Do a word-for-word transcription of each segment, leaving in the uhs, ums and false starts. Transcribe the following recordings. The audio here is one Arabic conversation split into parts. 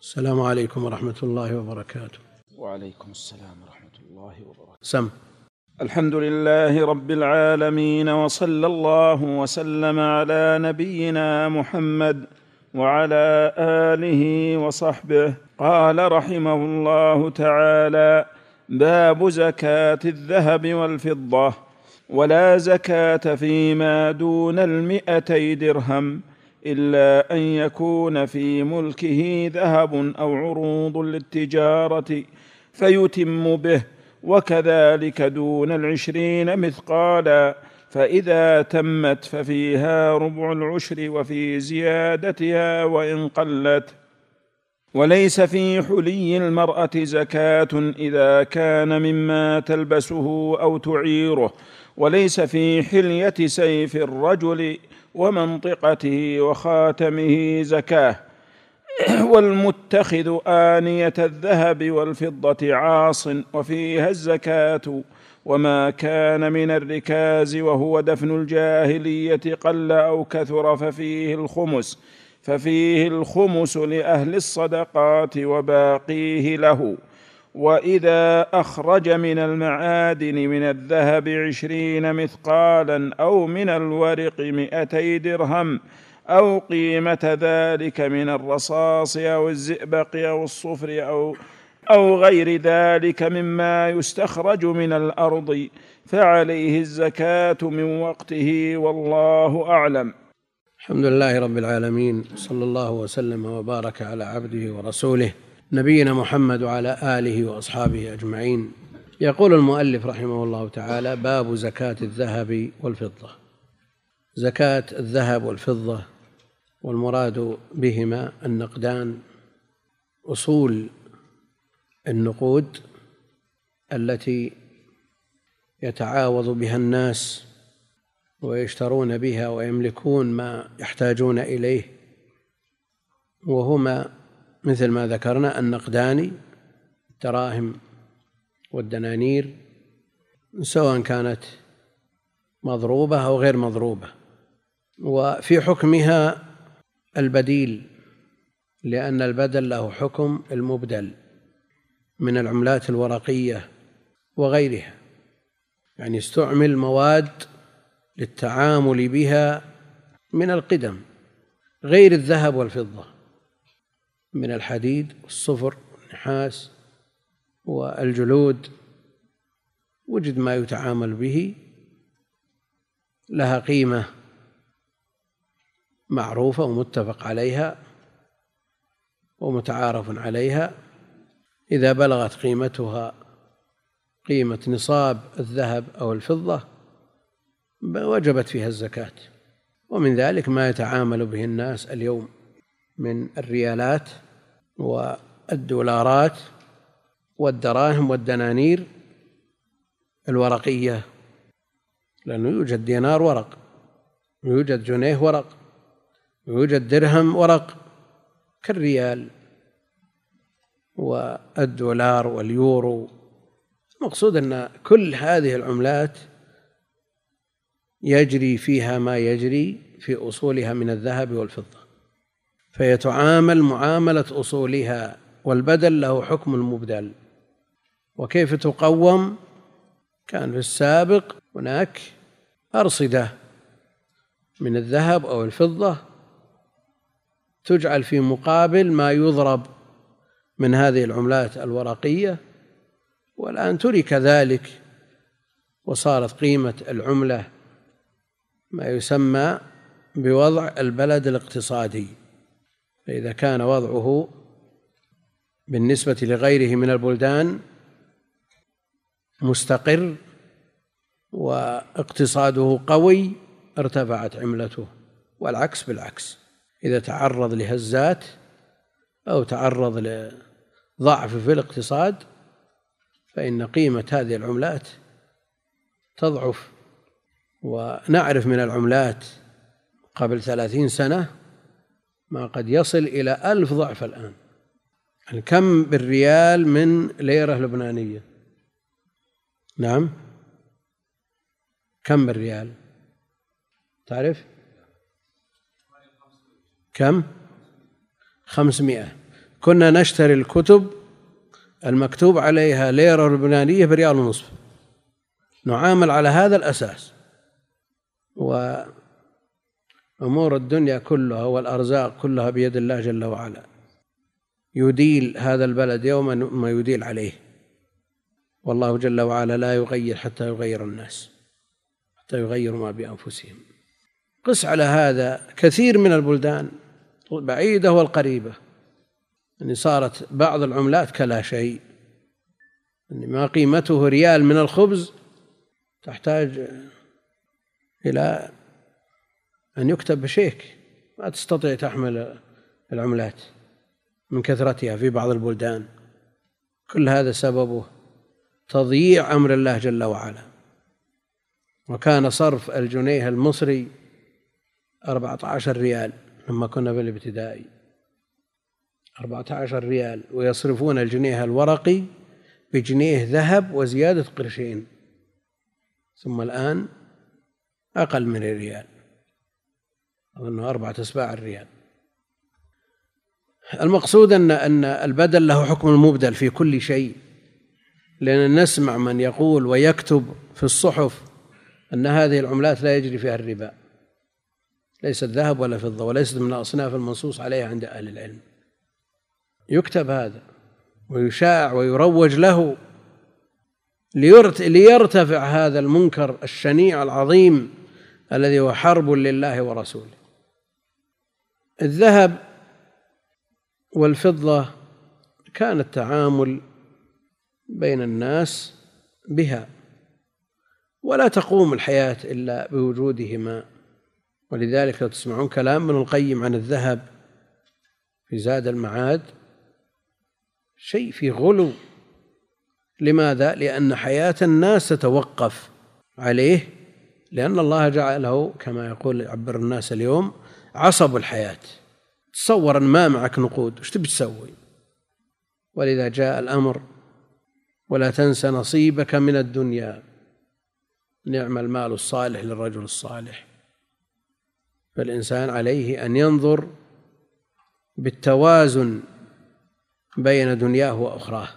السلام عليكم ورحمة الله وبركاته. وعليكم السلام ورحمة الله وبركاته. سم. الحمد لله رب العالمين، وصلى الله وسلم على نبينا محمد وعلى آله وصحبه. قال رحمه الله تعالى: باب زكاة الذهب والفضة. ولا زكاة فيما دون المئتي درهم إلا أن يكون في ملكه ذهب أو عروض للتجارة فيتم به، وكذلك دون العشرين مثقالا، فإذا تمت ففيها ربع العشر وفي زيادتها وإن قلت. وليس في حلي المرأة زكاة إذا كان مما تلبسه أو تعيره، وليس في حلية سيف الرجل ومنطقته وخاتمه زكاة. والمتخذ آنية الذهب والفضة عاص وفيها الزكاة، وما كان من الركاز وهو دفن الجاهلية قل أو كثر ففيه الخمس ففيه الخمس لأهل الصدقات وباقيه له. وإذا أخرج من المعادن من الذهب عشرين مثقالا أو من الورق مئتي درهم أو قيمة ذلك من الرصاص أو الزئبق أو الصفر أو, أو غير ذلك مما يستخرج من الأرض فعليه الزكاة من وقته، والله أعلم. الحمد لله رب العالمين، صلى الله وسلم وبارك على عبده ورسوله نبينا محمد وعلى آله وأصحابه أجمعين. يقول المؤلف رحمه الله تعالى: باب زكاة الذهب والفضة. زكاة الذهب والفضة، والمراد بهما النقدان، أصول النقود التي يتعاوض بها الناس ويشترون بها ويملكون ما يحتاجون إليه، وهما مثل ما ذكرنا النقدان، الدراهم والدنانير، سواء كانت مضروبة أو غير مضروبة. وفي حكمها البديل، لأن البدل له حكم المبدل من العملات الورقية وغيرها، يعني استعمل مواد للتعامل بها من القدم غير الذهب والفضة، من الحديد والصفر والنحاس والجلود، وجد ما يتعامل به لها قيمة معروفة ومتفق عليها ومتعارف عليها. إذا بلغت قيمتها قيمة نصاب الذهب أو الفضة وجبت فيها الزكاة. ومن ذلك ما يتعامل به الناس اليوم من الريالات والدولارات والدراهم والدنانير الورقية، لأنه يوجد دينار ورق، ويوجد جنيه ورق، ويوجد درهم ورق كالريال والدولار واليورو. المقصود أن كل هذه العملات يجري فيها ما يجري في أصولها من الذهب والفضة، فيتعامل معاملة أصولها، والبدل له حكم المبدل. وكيف تقوم؟ كان في السابق هناك أرصدة من الذهب أو الفضة تجعل في مقابل ما يضرب من هذه العملات الورقية، والآن ترك ذلك وصارت قيمة العملة ما يسمى بوضع البلد الاقتصادي. فإذا كان وضعه بالنسبة لغيره من البلدان مستقر واقتصاده قوي ارتفعت عملته، والعكس بالعكس، إذا تعرض لهزات أو تعرض لضعف في الاقتصاد فإن قيمة هذه العملات تضعف. ونعرف من العملات قبل ثلاثين سنة ما قد يصل إلى ألف ضعف الآن. يعني كم بالريال من ليرة لبنانية؟ نعم، كم بالريال تعرف؟ كم؟ خمسمائة. كنا نشتري الكتب المكتوب عليها ليرة لبنانية بريال ونصف، نعامل على هذا الأساس. وأمور الدنيا كلها والأرزاق كلها بيد الله جل وعلا، يديل هذا البلد يوما ما يديل عليه، والله جل وعلا لا يغير حتى يغير الناس، حتى يغيروا ما بأنفسهم. قس على هذا كثير من البلدان بعيدة والقريبة، يعني صارت بعض العملات كلا شيء، يعني ما قيمته ريال من الخبز تحتاج إلى أن يكتب بشيك، ما تستطيع تحمل العملات من كثرتها في بعض البلدان. كل هذا سببه تضييع أمر الله جل وعلا. وكان صرف الجنيه المصري أربعة عشر ريال لما كنا بالابتدائي، أربعة عشر ريال، ويصرفون الجنيه الورقي بجنيه ذهب وزيادة قرشين، ثم الآن أقل من الريال، أظن أربعة أسباع الريال. المقصود أن أن البدل له حكم المبدل في كل شيء، لأن نسمع من يقول ويكتب في الصحف أن هذه العملات لا يجري فيها الربا، ليست ذهب ولا فضة، وليست من الأصناف المنصوص عليها عند أهل العلم. يكتب هذا ويشاع ويروج له ليرتفع هذا المنكر الشنيع العظيم الذي هو حرب لله ورسوله. الذهب والفضة كان التعامل بين الناس بها، ولا تقوم الحياة إلا بوجودهما. ولذلك لو تسمعون كلام ابن القيم عن الذهب في زاد المعاد شيء في غلو. لماذا؟ لأن حياة الناس تتوقف عليه، لأن الله جعله كما يقول يعبر الناس اليوم عصب الحياة. تصور أن ما معك نقود وش تبي تسوي؟ ولذا جاء الأمر ولا تنس نصيبك من الدنيا، نعم المال الصالح للرجل الصالح. فالإنسان عليه أن ينظر بالتوازن بين دنياه وأخراه.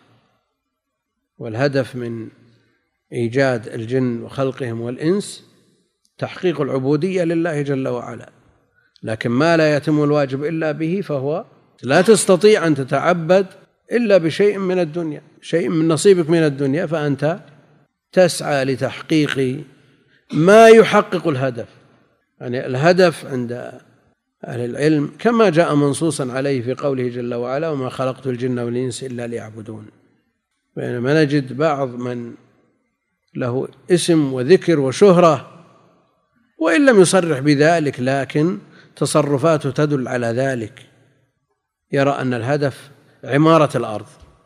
والهدف من إيجاد الجن وخلقهم والإنس تحقيق العبودية لله جل وعلا، لكن ما لا يتم الواجب إلا به فهو لا تستطيع أن تتعبد إلا بشيء من الدنيا، شيء من نصيبك من الدنيا، فأنت تسعى لتحقيق ما يحقق الهدف. يعني الهدف عند أهل العلم كما جاء منصوصا عليه في قوله جل وعلا وما خلقت الجن والإنس إلا ليعبدون. بينما نجد بعض من له اسم وذكر وشهرة وإن لم يصرح بذلك لكن تصرفاته تدل على ذلك، يرى أن الهدف عمارة الأرض،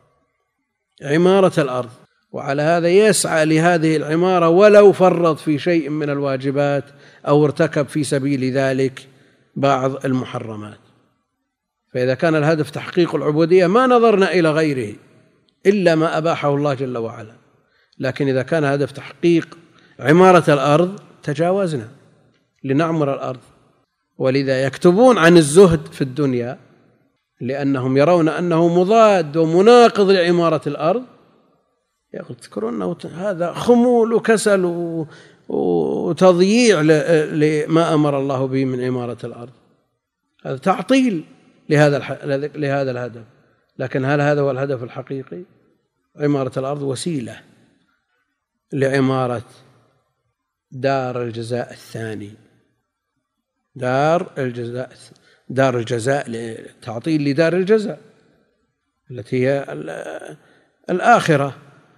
عمارة الأرض، وعلى هذا يسعى لهذه العمارة ولو فرط في شيء من الواجبات أو ارتكب في سبيل ذلك بعض المحرمات. فإذا كان الهدف تحقيق العبودية ما نظرنا إلى غيره إلا ما أباحه الله جل وعلا، لكن إذا كان هدف تحقيق عمارة الأرض تجاوزنا لنعمر الأرض. ولذا يكتبون عن الزهد في الدنيا لأنهم يرون أنه مضاد ومناقض لعمارة الأرض، يذكرون أنه هذا خمول وكسل وتضييع لما أمر الله به من عمارة الأرض، هذا تعطيل لهذا لهذا الهدف. لكن هل هذا هو الهدف الحقيقي؟ عمارة الأرض وسيلة لعمارة دار الجزاء الثاني، دار الجزاء دار الجزاء لتعطيل لدار الجزاء التي هي الآخرة.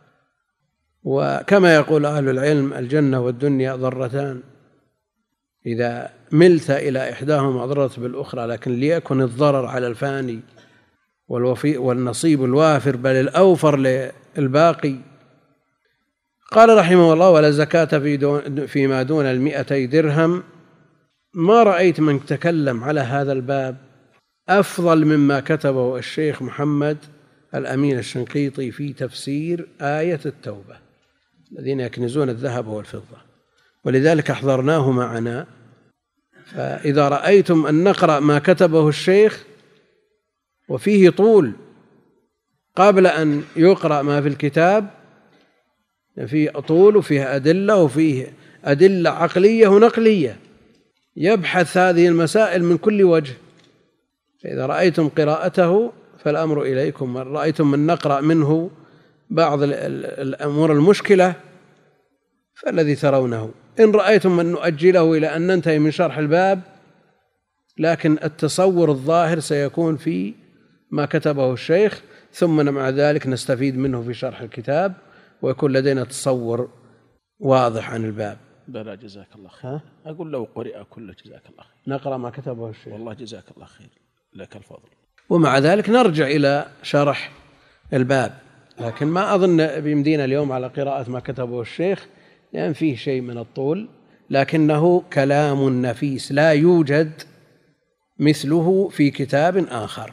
وكما يقول أهل العلم الجنة والدنيا ضرتان، إذا ملت إلى إحداهما أضرت بالأخرى، لكن ليكن الضرر على الفاني والوفي والنصيب الوافر بل الأوفر للباقي. قال رحمه الله ولا زكاة في دون فيما دون المئتي درهم. ما رأيت من تكلم على هذا الباب أفضل مما كتبه الشيخ محمد الأمين الشنقيطي في تفسير آية التوبة، الذين يكنزون الذهب والفضة، ولذلك أحضرناه معنا. فإذا رأيتم أن نقرأ ما كتبه الشيخ وفيه طول قبل أن يقرأ ما في الكتاب، فيه طول وفيه أدلة وفيه أدلة عقلية ونقلية، يبحث هذه المسائل من كل وجه. فإذا رأيتم قراءته فالأمر إليكم، من رأيتم من نقرأ منه بعض الأمور المشكلة فالذي ترونه، إن رأيتم من نؤجله إلى أن ننتهي من شرح الباب، لكن التصور الظاهر سيكون في ما كتبه الشيخ، ثم مع ذلك نستفيد منه في شرح الكتاب ويكون لدينا تصور واضح عن الباب. بلى جزاك الله خير. أقول لو قرئ كله جزاك الله خير، نقرأ ما كتبه الشيخ. والله جزاك الله خير، لك الفضل. ومع ذلك نرجع إلى شرح الباب، لكن ما أظن بيمدينا اليوم على قراءة ما كتبه الشيخ لأن فيه شيء من الطول، لكنه كلام نفيس لا يوجد مثله في كتاب آخر.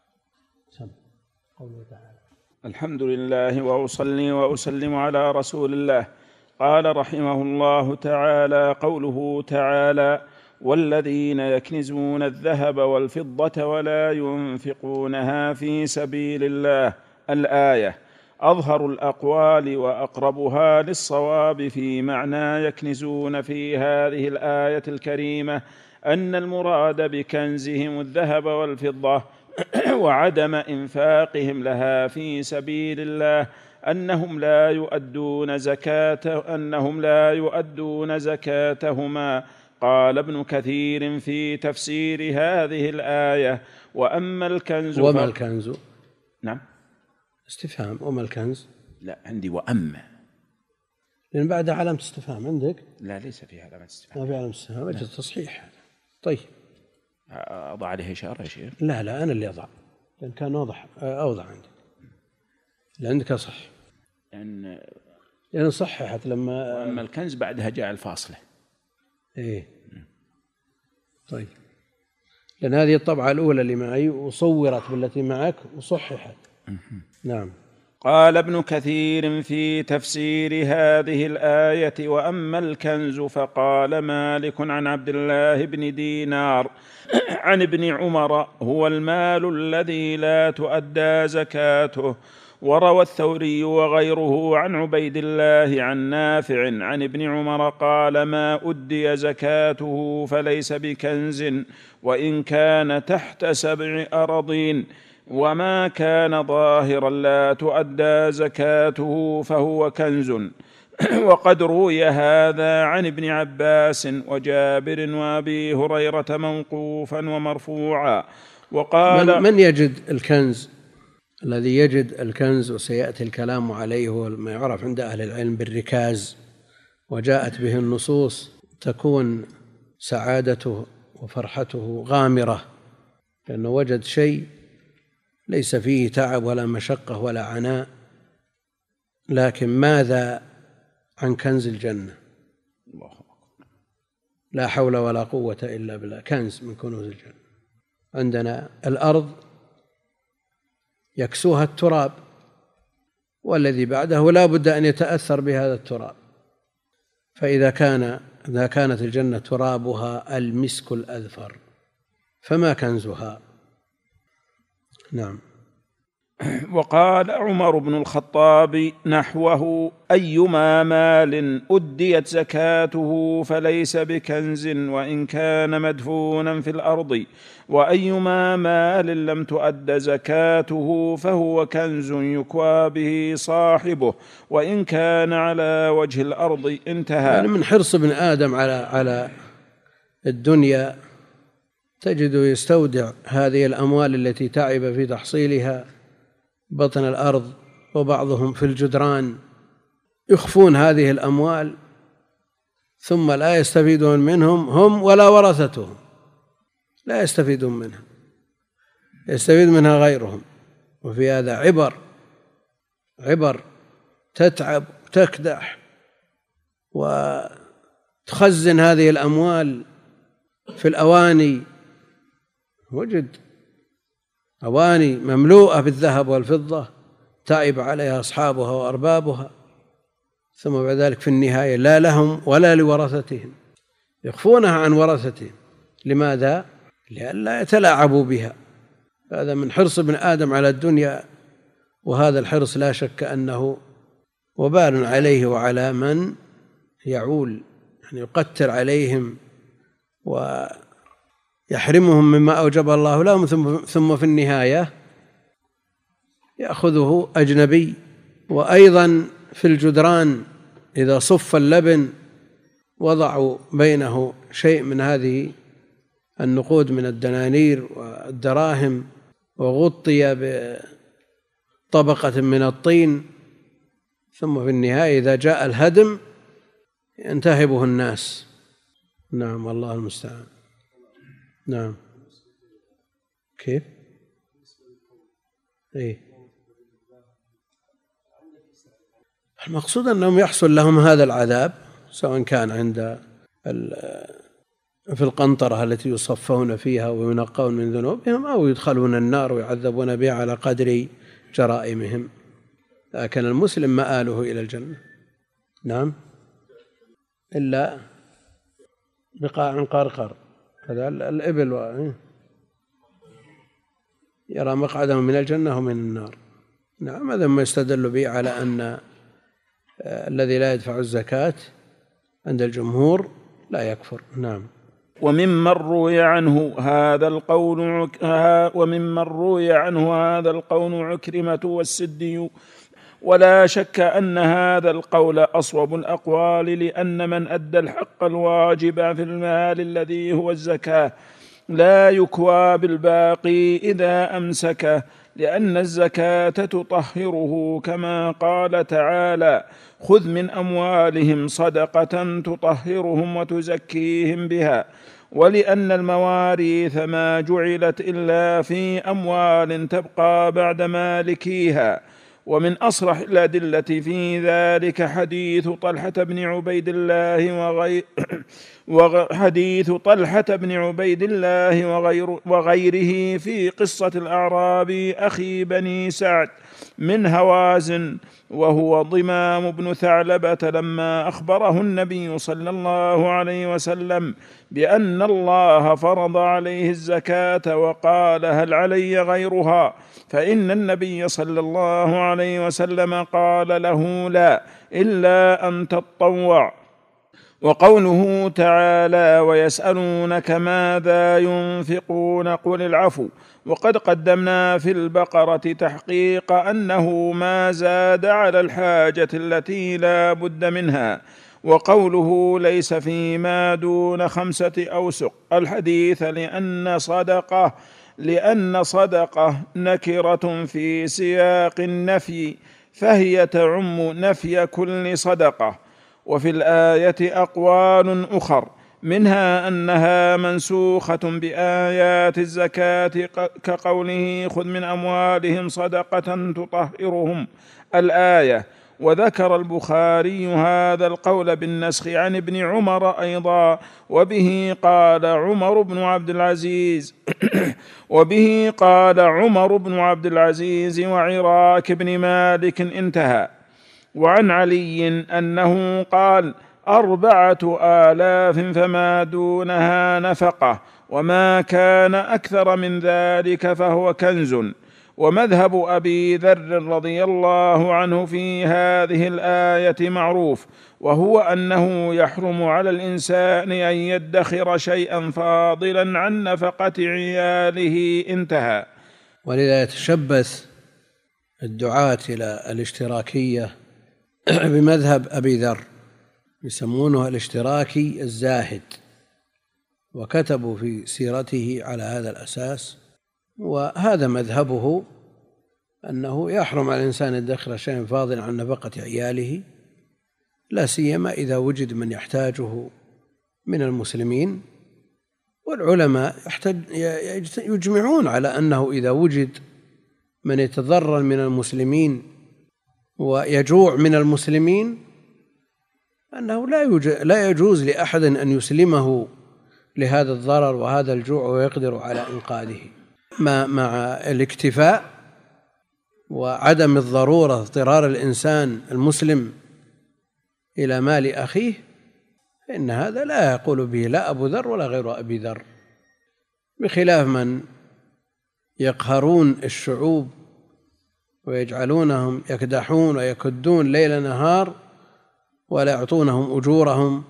الحمد لله وأصلي وأسلم على رسول الله. قال رحمه الله تعالى: قوله تعالى: والذين يكنزون الذهب والفضة ولا ينفقونها في سبيل الله، الآية. أظهر الأقوال وأقربها للصواب في معنى يكنزون في هذه الآية الكريمة أن المراد بكنزهم الذهب والفضة وعدم إنفاقهم لها في سبيل الله أنهم لا يؤدون زكاة أنهم لا يؤدون زكاتهما. قال ابن كثير في تفسير هذه الآية: وأما الكنز وما الكنز؟ نعم استفهام. وما الكنز؟ لا عندي وأما، لأن بعد علامة استفهام عندك. لا ليس فيها علامة استفهام. ما في علامة استفهام، وجه تصحيح. طيب أضع عليه إشارة يا شيخ؟ لا لا أنا اللي أضع، لأن كان واضح أوضح عندك، لأنك صح، لأن يعني صححت لما وأما الكنز بعدها جاء الفاصلة. إيه طيب، لأن هذه الطبعة الأولى اللي معي وصورت بالتي معك وصححت. نعم. قال ابن كثير في تفسير هذه الآية: وأما الكنز، فقال مالك عن عبد الله بن دينار عن ابن عمر: هو المال الذي لا تؤدى زكاته. وروى الثوري وغيره عن عبيد الله عن نافع عن ابن عمر قال: ما أدي زكاته فليس بكنز وإن كان تحت سبع أراضين، وما كان ظاهرا لا تؤدى زكاته فهو كنز. وقد روي هذا عن ابن عباس وجابر وأبي هريرة موقوفا ومرفوعا. وقال من, من يجد الكنز؟ الذي يجد الكنز وسيأتي الكلام عليه هو ما يعرف عند أهل العلم بالركاز، وجاءت به النصوص، تكون سعادته وفرحته غامرة، لأنه وجد شيء ليس فيه تعب ولا مشقة ولا عناء. لكن ماذا عن كنز الجنة؟ لا حول ولا قوة إلا بالله. كنز من كنوز الجنة. عندنا الأرض يكسوها التراب، والذي بعده لا بد أن يتأثر بهذا التراب. فإذا كان إذا كانت الجنة ترابها المسك الأذفر فما كنزها؟ نعم. وقال عمر بن الخطاب نحوه: أيما مال أديت زكاته فليس بكنز وإن كان مدفونا في الأرض، وأيما مال لم تؤد زكاته فهو كنز يكوى به صاحبه وإن كان على وجه الأرض. انتهى. يعني من حرص ابن آدم على على الدنيا تجد يستودع هذه الأموال التي تعب في تحصيلها بطن الأرض، وبعضهم في الجدران، يخفون هذه الأموال ثم لا يستفيدون منهم هم ولا ورثتهم، لا يستفيدون منها، يستفيد منها غيرهم. وفي هذا عبر عبر تتعب تكدح وتخزن هذه الأموال في الأواني. وجد أواني مملوءة بالذهب والفضة تعب عليها أصحابها وأربابها، ثم بعد ذلك في النهاية لا لهم ولا لورثتهم، يخفونها عن ورثتهم. لماذا؟ لئلا يتلاعبوا بها. هذا من حرص ابن آدم على الدنيا، وهذا الحرص لا شك أنه وبال عليه وعلى من يعول، يعني يقتر عليهم ويحرمهم مما أوجب الله لهم، ثم في النهاية يأخذه أجنبي. وأيضا في الجدران إذا صف اللبن وضعوا بينه شيء من هذه النقود من الدنانير والدراهم وغطي بطبقة من الطين، ثم في النهاية إذا جاء الهدم ينتهبه الناس. نعم، والله المستعان. نعم. كيف؟ إيه؟ المقصود أنهم يحصل لهم هذا العذاب، سواء كان عند في القنطرة التي يصفون فيها وينقون من ذنوبهم، أو يدخلون النار ويعذبون بها على قدر جرائمهم، لكن المسلم مآله إلى الجنة. نعم، إلا بقاع قرقر، هذا الإبل يرى مقعده من الجنة ومن النار. نعم، هذا ما يستدل به على أن الذي لا يدفع الزكاة عند الجمهور لا يكفر. نعم. وممن روي عنه هذا القول وممن روي عنه هذا القول عكرمة والسدي، ولا شك أن هذا القول أصوب الأقوال، لأن من أدى الحق الواجب في المال الذي هو الزكاة لا يكوى بالباقي إذا أمسكه، لأن الزكاة تطهره، كما قال تعالى: خذ من أموالهم صدقة تطهرهم وتزكيهم بها. ولأن المواريث ما جعلت إلا في أموال تبقى بعد مالكيها. ومن أصرح الأدلة في ذلك حديث طلحة بن عبيد الله وغير وحديث طلحة بن عبيد الله وغير وغيره في قصة الأعراب أخي بني سعد من هوازن، وهو ضمام بن ثعلبة، لما أخبره النبي صلى الله عليه وسلم بأن الله فرض عليه الزكاة وقال: هل علي غيرها؟ فإن النبي صلى الله عليه وسلم قال له: لا، إلا أن تطوع. وقوله تعالى: ويسألونك ماذا ينفقون قل العفو. وقد قدمنا في البقرة تحقيق أنه ما زاد على الحاجة التي لا بد منها. وقوله: ليس فيما دون خمسة أوسق الحديث، لأن صدقة لأن صدقة نكرة في سياق النفي، فهي تعم نفي كل صدقة. وفي الآية أقوال أخر، منها أنها منسوخة بآيات الزكاة كقوله: خذ من أموالهم صدقة تطهرهم الآية. وذكر البخاري هذا القول بالنسخ عن ابن عمر أيضا، وبه قال عمر بن عبد العزيز وبه قال عمر بن عبد العزيز وعراك بن مالك، انتهى. وعن علي أنه قال: أربعة آلاف فما دونها نفقة، وما كان أكثر من ذلك فهو كنز. ومذهب أبي ذر رضي الله عنه في هذه الآية معروف، وهو أنه يحرم على الإنسان أن يدخر شيئا فاضلا عن نفقة عياله، انتهى. ولذا يتشبث الدعاة إلى الاشتراكية بمذهب أبي ذر، يسمونه الاشتراكي الزاهد، وكتبوا في سيرته على هذا الأساس. وهذا مذهبه، أنه يحرم على الإنسان يدخر شيئا فاضلا عن نفقة عياله، لا سيما إذا وجد من يحتاجه من المسلمين. والعلماء يجمعون على أنه إذا وجد من يتضرر من المسلمين ويجوع من المسلمين، أنه لا يجوز لأحد أن يسلمه لهذا الضرر وهذا الجوع ويقدر على إنقاذه، مع الاكتفاء وعدم الضرورة اضطرار الإنسان المسلم إلى مال أخيه، فإن هذا لا يقول به لا أبو ذر ولا غير أبي ذر، بخلاف من يقهرون الشعوب ويجعلونهم يكدحون ويكدون ليل نهار ولا يعطونهم أجورهم،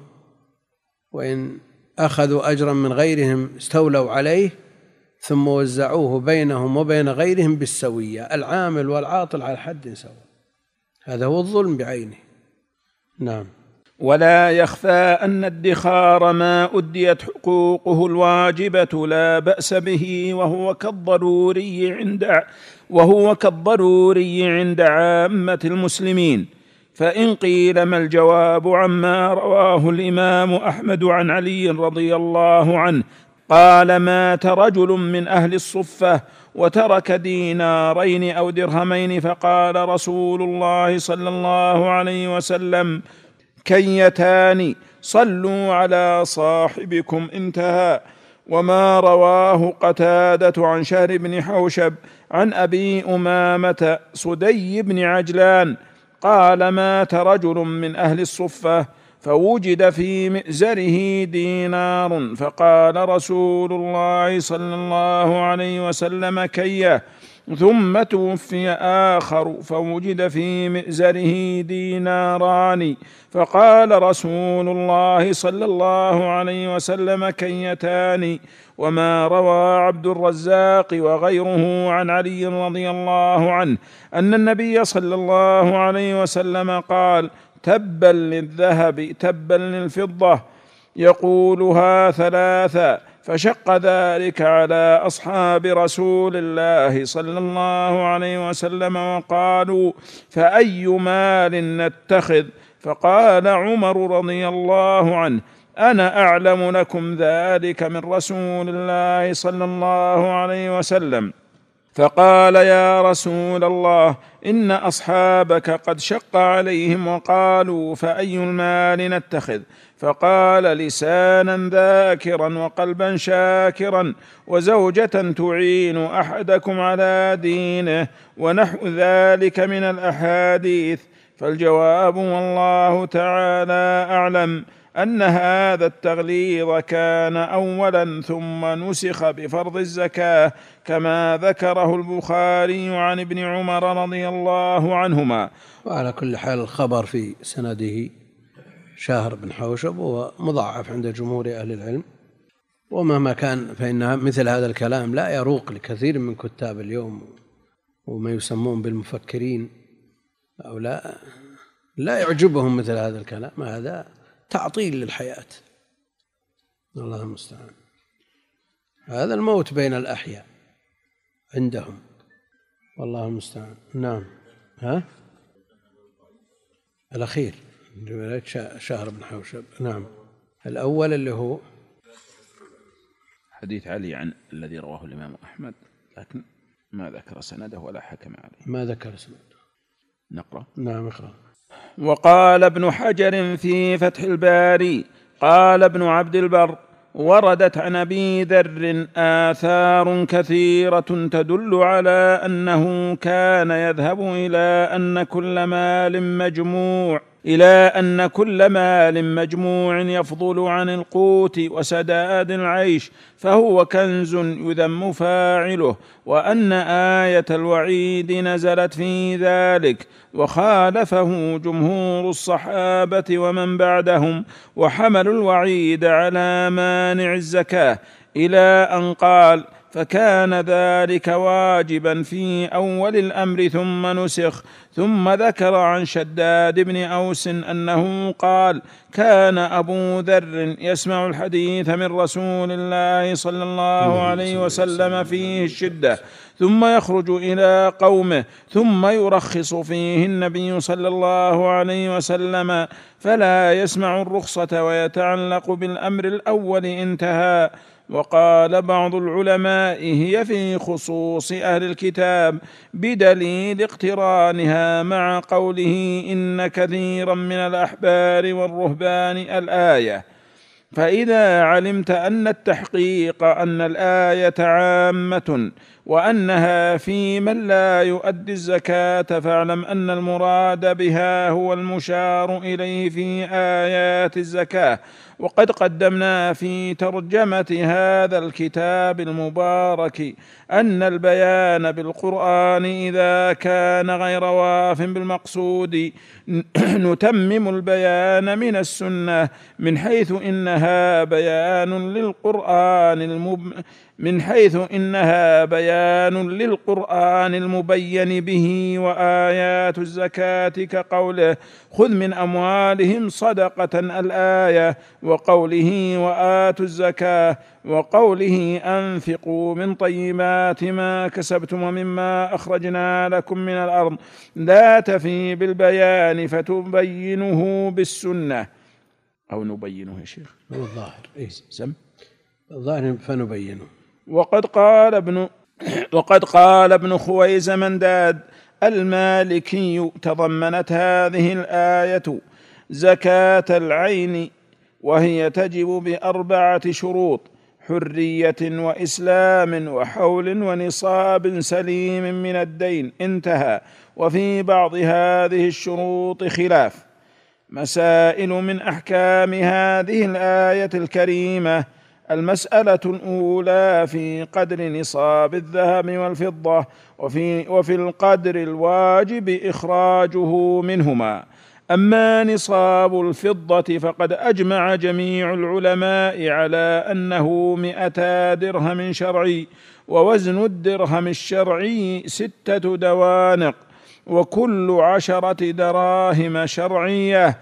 وإن أخذوا أجرا من غيرهم استولوا عليه ثم وزعوه بينهم وبين غيرهم بالسوية، العامل والعاطل على حد سواء. هذا هو الظلم بعينه. نعم. ولا يخفى أن الادخار ما أديت حقوقه الواجبة لا بأس به، وهو كالضروري عند وهو كالضروري عند عامة المسلمين. فإن قيل ما الجواب عما رواه الإمام أحمد عن علي رضي الله عنه قال: مات رجل من أهل الصفة وترك دينارين أو درهمين، فقال رسول الله صلى الله عليه وسلم: كيتان صلوا على صاحبكم. انتهى. وما رواه قتادة عن شهر بن حوشب عن أبي أمامة سدي بن عجلان قال: مات رجل من أهل الصفة فوجد في مئزره دينار، فقال رسول الله صلى الله عليه وسلم: كيه. ثم توفي آخر فوجد في مئزره ديناران، فقال رسول الله صلى الله عليه وسلم: كيتان. وما روى عبد الرزاق وغيره عن علي رضي الله عنه أن النبي صلى الله عليه وسلم قال: تبا للذهب تبا للفضة، يقولها ثلاثا، فشق ذلك على أصحاب رسول الله صلى الله عليه وسلم وقالوا: فأي مال نتخذ؟ فقال عمر رضي الله عنه: أنا أعلم لكم ذلك من رسول الله صلى الله عليه وسلم. فقال: يا رسول الله، إن أصحابك قد شق عليهم وقالوا: فأي المال نتخذ؟ فقال: لسانا ذاكرا وقلبا شاكرا وزوجة تعين أحدكم على دينه ونحو ذلك من الأحاديث. فالجواب والله تعالى أعلم أن هذا التغليظ كان أولا ثم نسخ بفرض الزكاة، كما ذكره البخاري عن ابن عمر رضي الله عنهما. وعلى كل حال الخبر في سنده شهر بن حوشب وهو مضاعف عند جمهور أهل العلم، ومهما كان فإن مثل هذا الكلام لا يروق لكثير من كتاب اليوم وما يسمون بالمفكرين، أو لا لا يعجبهم مثل هذا الكلام. هذا تعطيل للحياة، الله المستعان. هذا الموت بين الأحياء عندهم، والله المستعان. نعم. ها الأخير شهر بن حوشب. نعم. الأول اللي هو حديث علي عن الذي رواه الإمام أحمد، لكن ما ذكر سنده ولا حكم عليه. ما ذكر سنده. نقرأ. نعم اقرأ. وقال ابن حجر في فتح الباري قال ابن عبد البر: وردت عن أبي ذر آثار كثيرة تدل على أنه كان يذهب إلى أن كل مال مجموع إلى أن كل مال مجموع يفضل عن القوت وسداد العيش فهو كنز يذم فاعله، وأن آية الوعيد نزلت في ذلك، وخالفه جمهور الصحابة ومن بعدهم، وحملوا الوعيد على مانع الزكاة، إلى أن قال: فكان ذلك واجبا في أول الأمر ثم نسخ. ثم ذكر عن شداد بن أوس أنه قال: كان أبو ذر يسمع الحديث من رسول الله صلى الله عليه وسلم فيه الشدة، ثم يخرج إلى قومه ثم يرخص فيه النبي صلى الله عليه وسلم فلا يسمع الرخصة ويتعلق بالأمر الأول. انتهى. وقال بعض العلماء: هي في خصوص أهل الكتاب بدليل اقترانها مع قوله: إن كثيرا من الأحبار والرهبان الآية. فإذا علمت أن التحقيق أن الآية عامة وأنها في من لا يؤدي الزكاة، فاعلم أن المراد بها هو المشار إليه في آيات الزكاة. وقد قدمنا في ترجمة هذا الكتاب المبارك أن البيان بالقرآن إذا كان غير واف بالمقصود نتمم البيان من السنة، من حيث إنها بيان للقرآن المب... من حيث إنها بيان للقرآن المبين به. وآيات الزكاة كقوله خذ من أموالهم صدقة الآية، وقوله وآتوا الزكاة، وقوله أنفقوا من طيبات ما كسبتم ومما أخرجنا لكم من الأرض، لا تفي بالبيان فتبينه بالسنة أو نبينه يا شيخ الظاهر إيه؟ سم الظاهر فنبينه. وقد قال ابن وقد قال ابن خويز منداد المالكي تضمنت هذه الآية زكاة العين، وهي تجب بأربعة شروط: حرية وإسلام وحول ونصاب سليم من الدين، انتهى. وفي بعض هذه الشروط خلاف. مسائل من أحكام هذه الآية الكريمة: المسألة الأولى في قدر نصاب الذهب والفضة، وفي, وفي القدر الواجب إخراجه منهما. أما نصاب الفضة فقد أجمع جميع العلماء على أنه مئتا درهم شرعي، ووزن الدرهم الشرعي ستة دوانق، وكل عشرة دراهم شرعية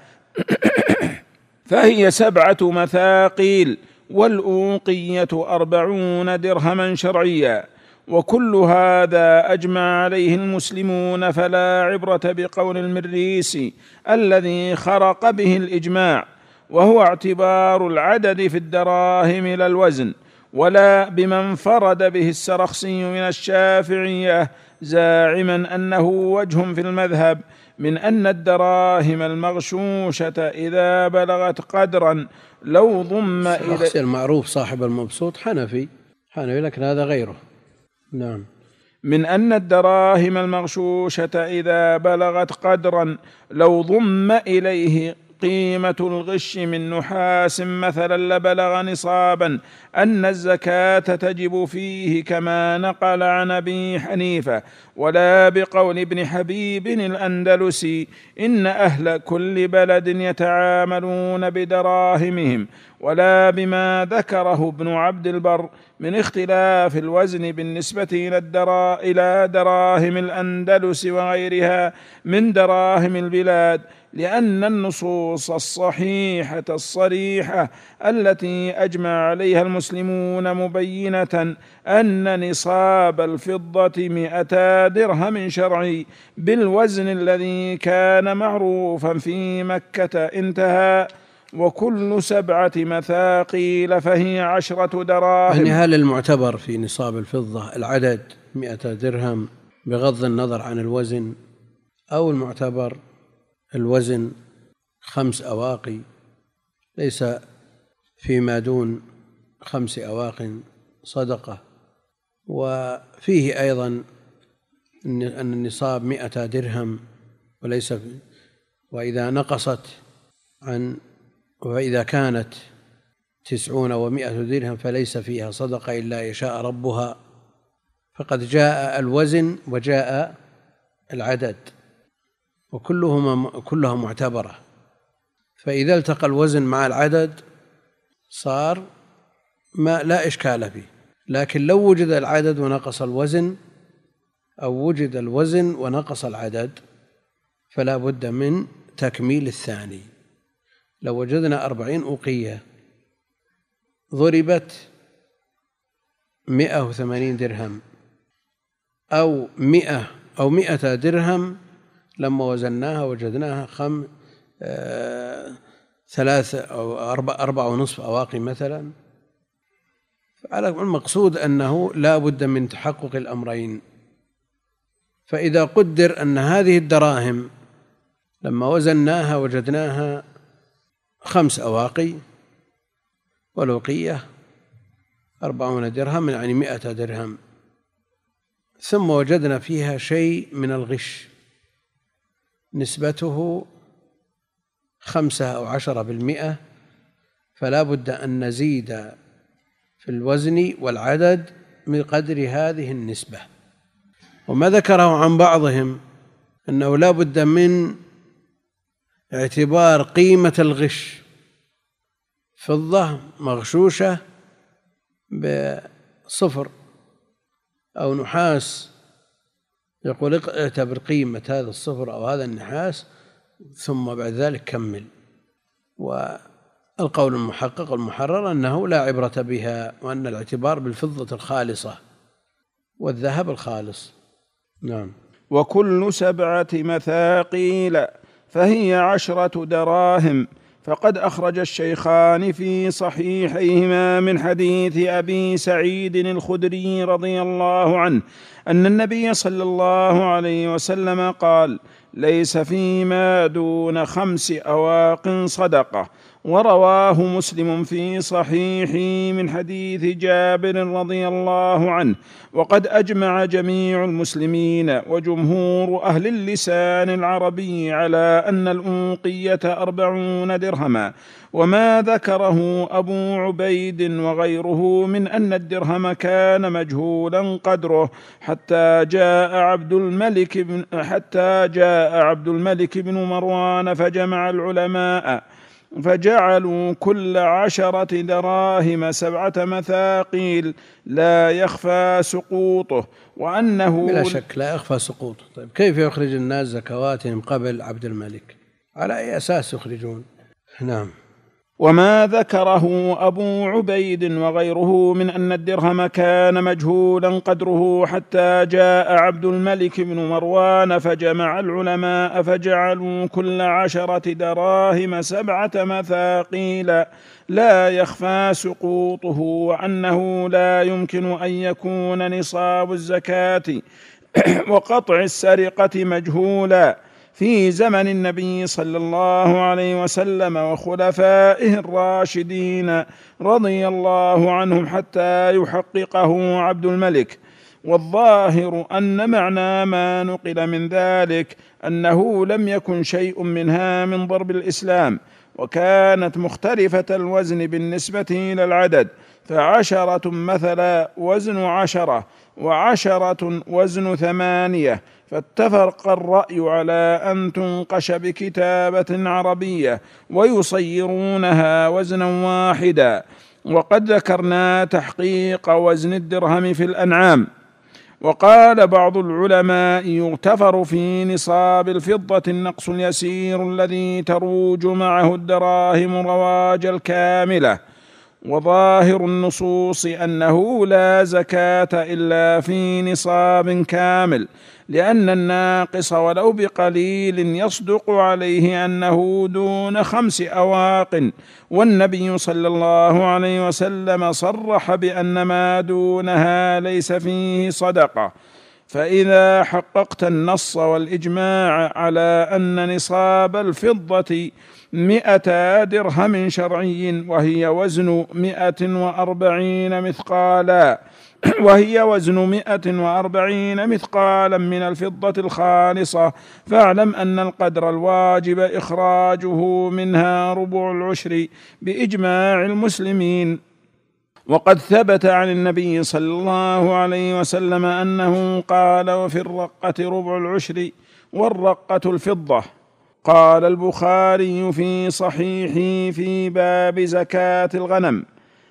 فهي سبعة مثاقيل، والأوقية أربعون درهما شرعيا. وكل هذا أجمع عليه المسلمون، فلا عبرة بقول المريسي الذي خرق به الإجماع، وهو اعتبار العدد في الدراهم لا الوزن، ولا بمن فرد به السرخسي من الشافعية، زاعما أنه وجه في المذهب من أن الدراهم المغشوشة إذا بلغت قدرا لو ضم إلى المعروف صاحب المبسوط حنفي حنفي لكن هذا غيره. نعم. من أن الدراهم المغشوشة إذا بلغت قدرا لو ضم إليه قيمة الغش من نحاس مثلا لبلغ نصابا، أن الزكاة تجب فيه، كما نقل عن أبي حنيفة، ولا بقول ابن حبيب الأندلسي إن أهل كل بلد يتعاملون بدراهمهم، ولا بما ذكره ابن عبد البر من اختلاف الوزن بالنسبة إلى دراهم الأندلس وغيرها من دراهم البلاد، لأن النصوص الصحيحة الصريحة التي أجمع عليها المسلمون مبينة أن نصاب الفضة مئتا درهم شرعي بالوزن الذي كان معروفا في مكة، انتهى. وكل سبعة مثاقيل فهي عشرة دراهم. يعني هل المعتبر في نصاب الفضة العدد مئة درهم بغض النظر عن الوزن، أو المعتبر الوزن خمس أواقي ليس فيما دون خمس أواق صدقة؟ وفيه أيضا أن النصاب مئة درهم وليس، وإذا نقصت عن وإذا كانت تسعون ومائة درهم فليس فيها صدقة إلا يشاء ربها. فقد جاء الوزن وجاء العدد وكلهما كلها معتبرة، فإذا التقى الوزن مع العدد صار ما لا إشكال فيه. لكن لو وجد العدد ونقص الوزن، أو وجد الوزن ونقص العدد، فلا بد من تكميل الثاني. لو وجدنا أربعين أوقية ضربت مئة وثمانين درهم أو مئة أو مئة درهم، لما وزناها وجدناها خم آه ثلاثة أو أربع, أربع ونصف أواقي مثلا. على المقصود أنه لا بد من تحقق الأمرين. فإذا قدر أن هذه الدراهم لما وزناها وجدناها خمس أواقي والأوقية أربعون درهم، يعني مئة درهم، ثم وجدنا فيها شيء من الغش نسبته خمسة أو عشرة بالمئة، فلا بد أن نزيد في الوزن والعدد من قدر هذه النسبة. وما ذكره عن بعضهم أنه لا بد من اعتبار قيمة الغش فضة مغشوشة بصفر أو نحاس، يقول اعتبر قيمة هذا الصفر أو هذا النحاس ثم بعد ذلك كمل. والقول المحقق المحرر أنه لا عبرة بها، وأن الاعتبار بالفضة الخالصة والذهب الخالص. نعم. وكل سبعة مثاقيل فهي عشرة دراهم. فقد أخرج الشيخان في صحيحيهما من حديث أبي سعيد الخدري رضي الله عنه أن النبي صلى الله عليه وسلم قال: ليس فيما دون خمس أواق صدقة. ورواه مسلم في صحيحه من حديث جابر رضي الله عنه. وقد أجمع جميع المسلمين وجمهور أهل اللسان العربي على أن الأوقية أربعون درهما. وما ذكره أبو عبيد وغيره من أن الدرهم كان مجهولا قدره حتى جاء عبد الملك بن حتى جاء عبد الملك بن مروان فجمع العلماء فجعلوا كل عشرة دراهم سبعة مثاقيل لا يخفى سقوطه. وأنه بلا شك لا يخفى سقوطه. طيب كيف يخرج الناس زكواتهم قبل عبد الملك؟ على أي أساس يخرجون؟ نعم. وما ذكره أبو عبيد وغيره من أن الدرهم كان مجهولا قدره حتى جاء عبد الملك بن مروان فجمع العلماء فجعلوا كل عشرة دراهم سبعة مثاقيل لا يخفى سقوطه، وأنه لا يمكن أن يكون نصاب الزكاة وقطع السرقة مجهولا في زمن النبي صلى الله عليه وسلم وخلفائه الراشدين رضي الله عنهم حتى يحققه عبد الملك. والظاهر أن معنى ما نقل من ذلك أنه لم يكن شيء منها من ضرب الإسلام، وكانت مختلفة الوزن بالنسبة إلى العدد، فعشرة مثلا وزن عشرة وعشرة وزن ثمانية. فاتفق الرأي على أن تنقش بكتابة عربية ويصيرونها وزنا واحدا. وقد ذكرنا تحقيق وزن الدرهم في الأنعام. وقال بعض العلماء: يغتفر في نصاب الفضة النقص اليسير الذي تروج معه الدراهم رواج الكاملة. وظاهر النصوص أنه لا زكاة إلا في نصاب كامل، لأن الناقص ولو بقليل يصدق عليه أنه دون خمس أواق، والنبي صلى الله عليه وسلم صرح بأن ما دونها ليس فيه صدقة. فإذا حققت النص والإجماع على أن نصاب الفضة مئة درهم شرعي وهي وزن مئة وأربعين مثقالا وهي وزن مئة وأربعين مثقالا من الفضة الخالصة، فاعلم أن القدر الواجب إخراجه منها ربع العشر بإجماع المسلمين. وقد ثبت عن النبي صلى الله عليه وسلم أنه قال: وفي الرقة ربع العشر والرقة الفضة. قال البخاري في صحيحه في باب زكاة الغنم: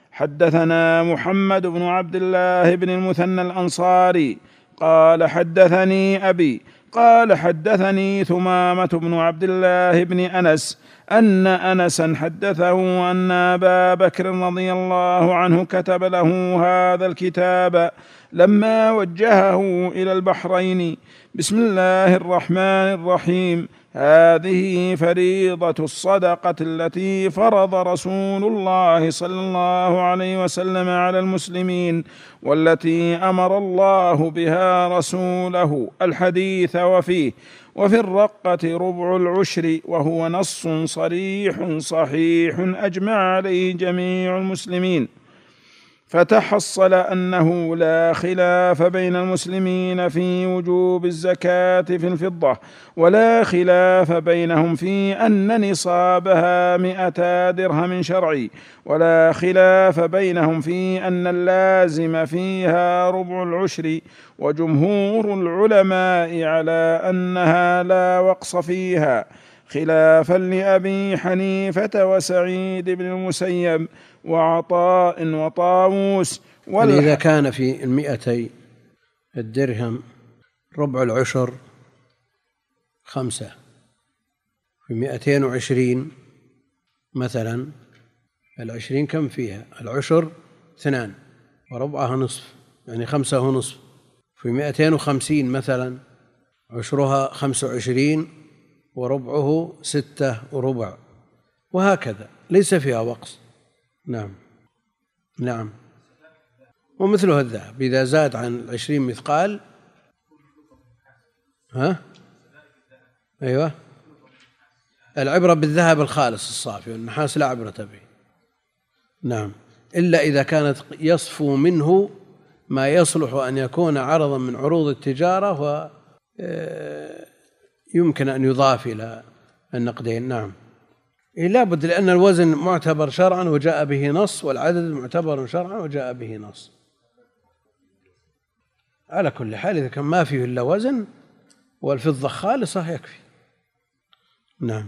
حدثنا محمد بن عبد الله بن المثنى الأنصاري قال حدثني أبي قال حدثني ثمامة بن عبد الله بن أنس أن أنسا حدثه أن أبا بكر رضي الله عنه كتب له هذا الكتاب لما وجهه إلى البحرين: بسم الله الرحمن الرحيم، هذه فريضة الصدقة التي فرض رسول الله صلى الله عليه وسلم على المسلمين، والتي أمر الله بها رسوله. الحديث وفيه: وفي الرقة ربع العشر، وهو نص صريح صحيح أجمع عليه جميع المسلمين. فتحصل أنه لا خلاف بين المسلمين في وجوب الزكاة في الفضة، ولا خلاف بينهم في أن نصابها مئتا درهم شرعي، ولا خلاف بينهم في أن اللازم فيها ربع العشر، وجمهور العلماء على أنها لا وقص فيها، خلافا لأبي حنيفة وسعيد بن المسيب وعطاء وطاووس. يعني إذا كان في المئتي الدرهم ربع العشر خمسة، في مئتين وعشرين مثلا، العشرين كم فيها؟ العشر اثنان وربعها نصف، يعني خمسة ونصف. في مئتين وخمسين مثلا عشرها خمسة وعشرين وربعه ستة وربع، وهكذا ليس فيها وقص. نعم نعم. ومثله الذهب إذا زاد عن عشرين مثقال، ها أيوة، العبرة بالذهب الخالص الصافي، والنحاس لا عبرة به. نعم، إلا إذا كانت يصفو منه ما يصلح أن يكون عرضا من عروض التجارة ويمكن أن يضاف إلى النقدين. نعم، لا بد، لأن الوزن معتبر شرعا وجاء به نص، والعدد معتبر شرعا وجاء به نص. على كل حال إذا كان ما فيه إلا وزن والفضة خالصة يكفي. نعم.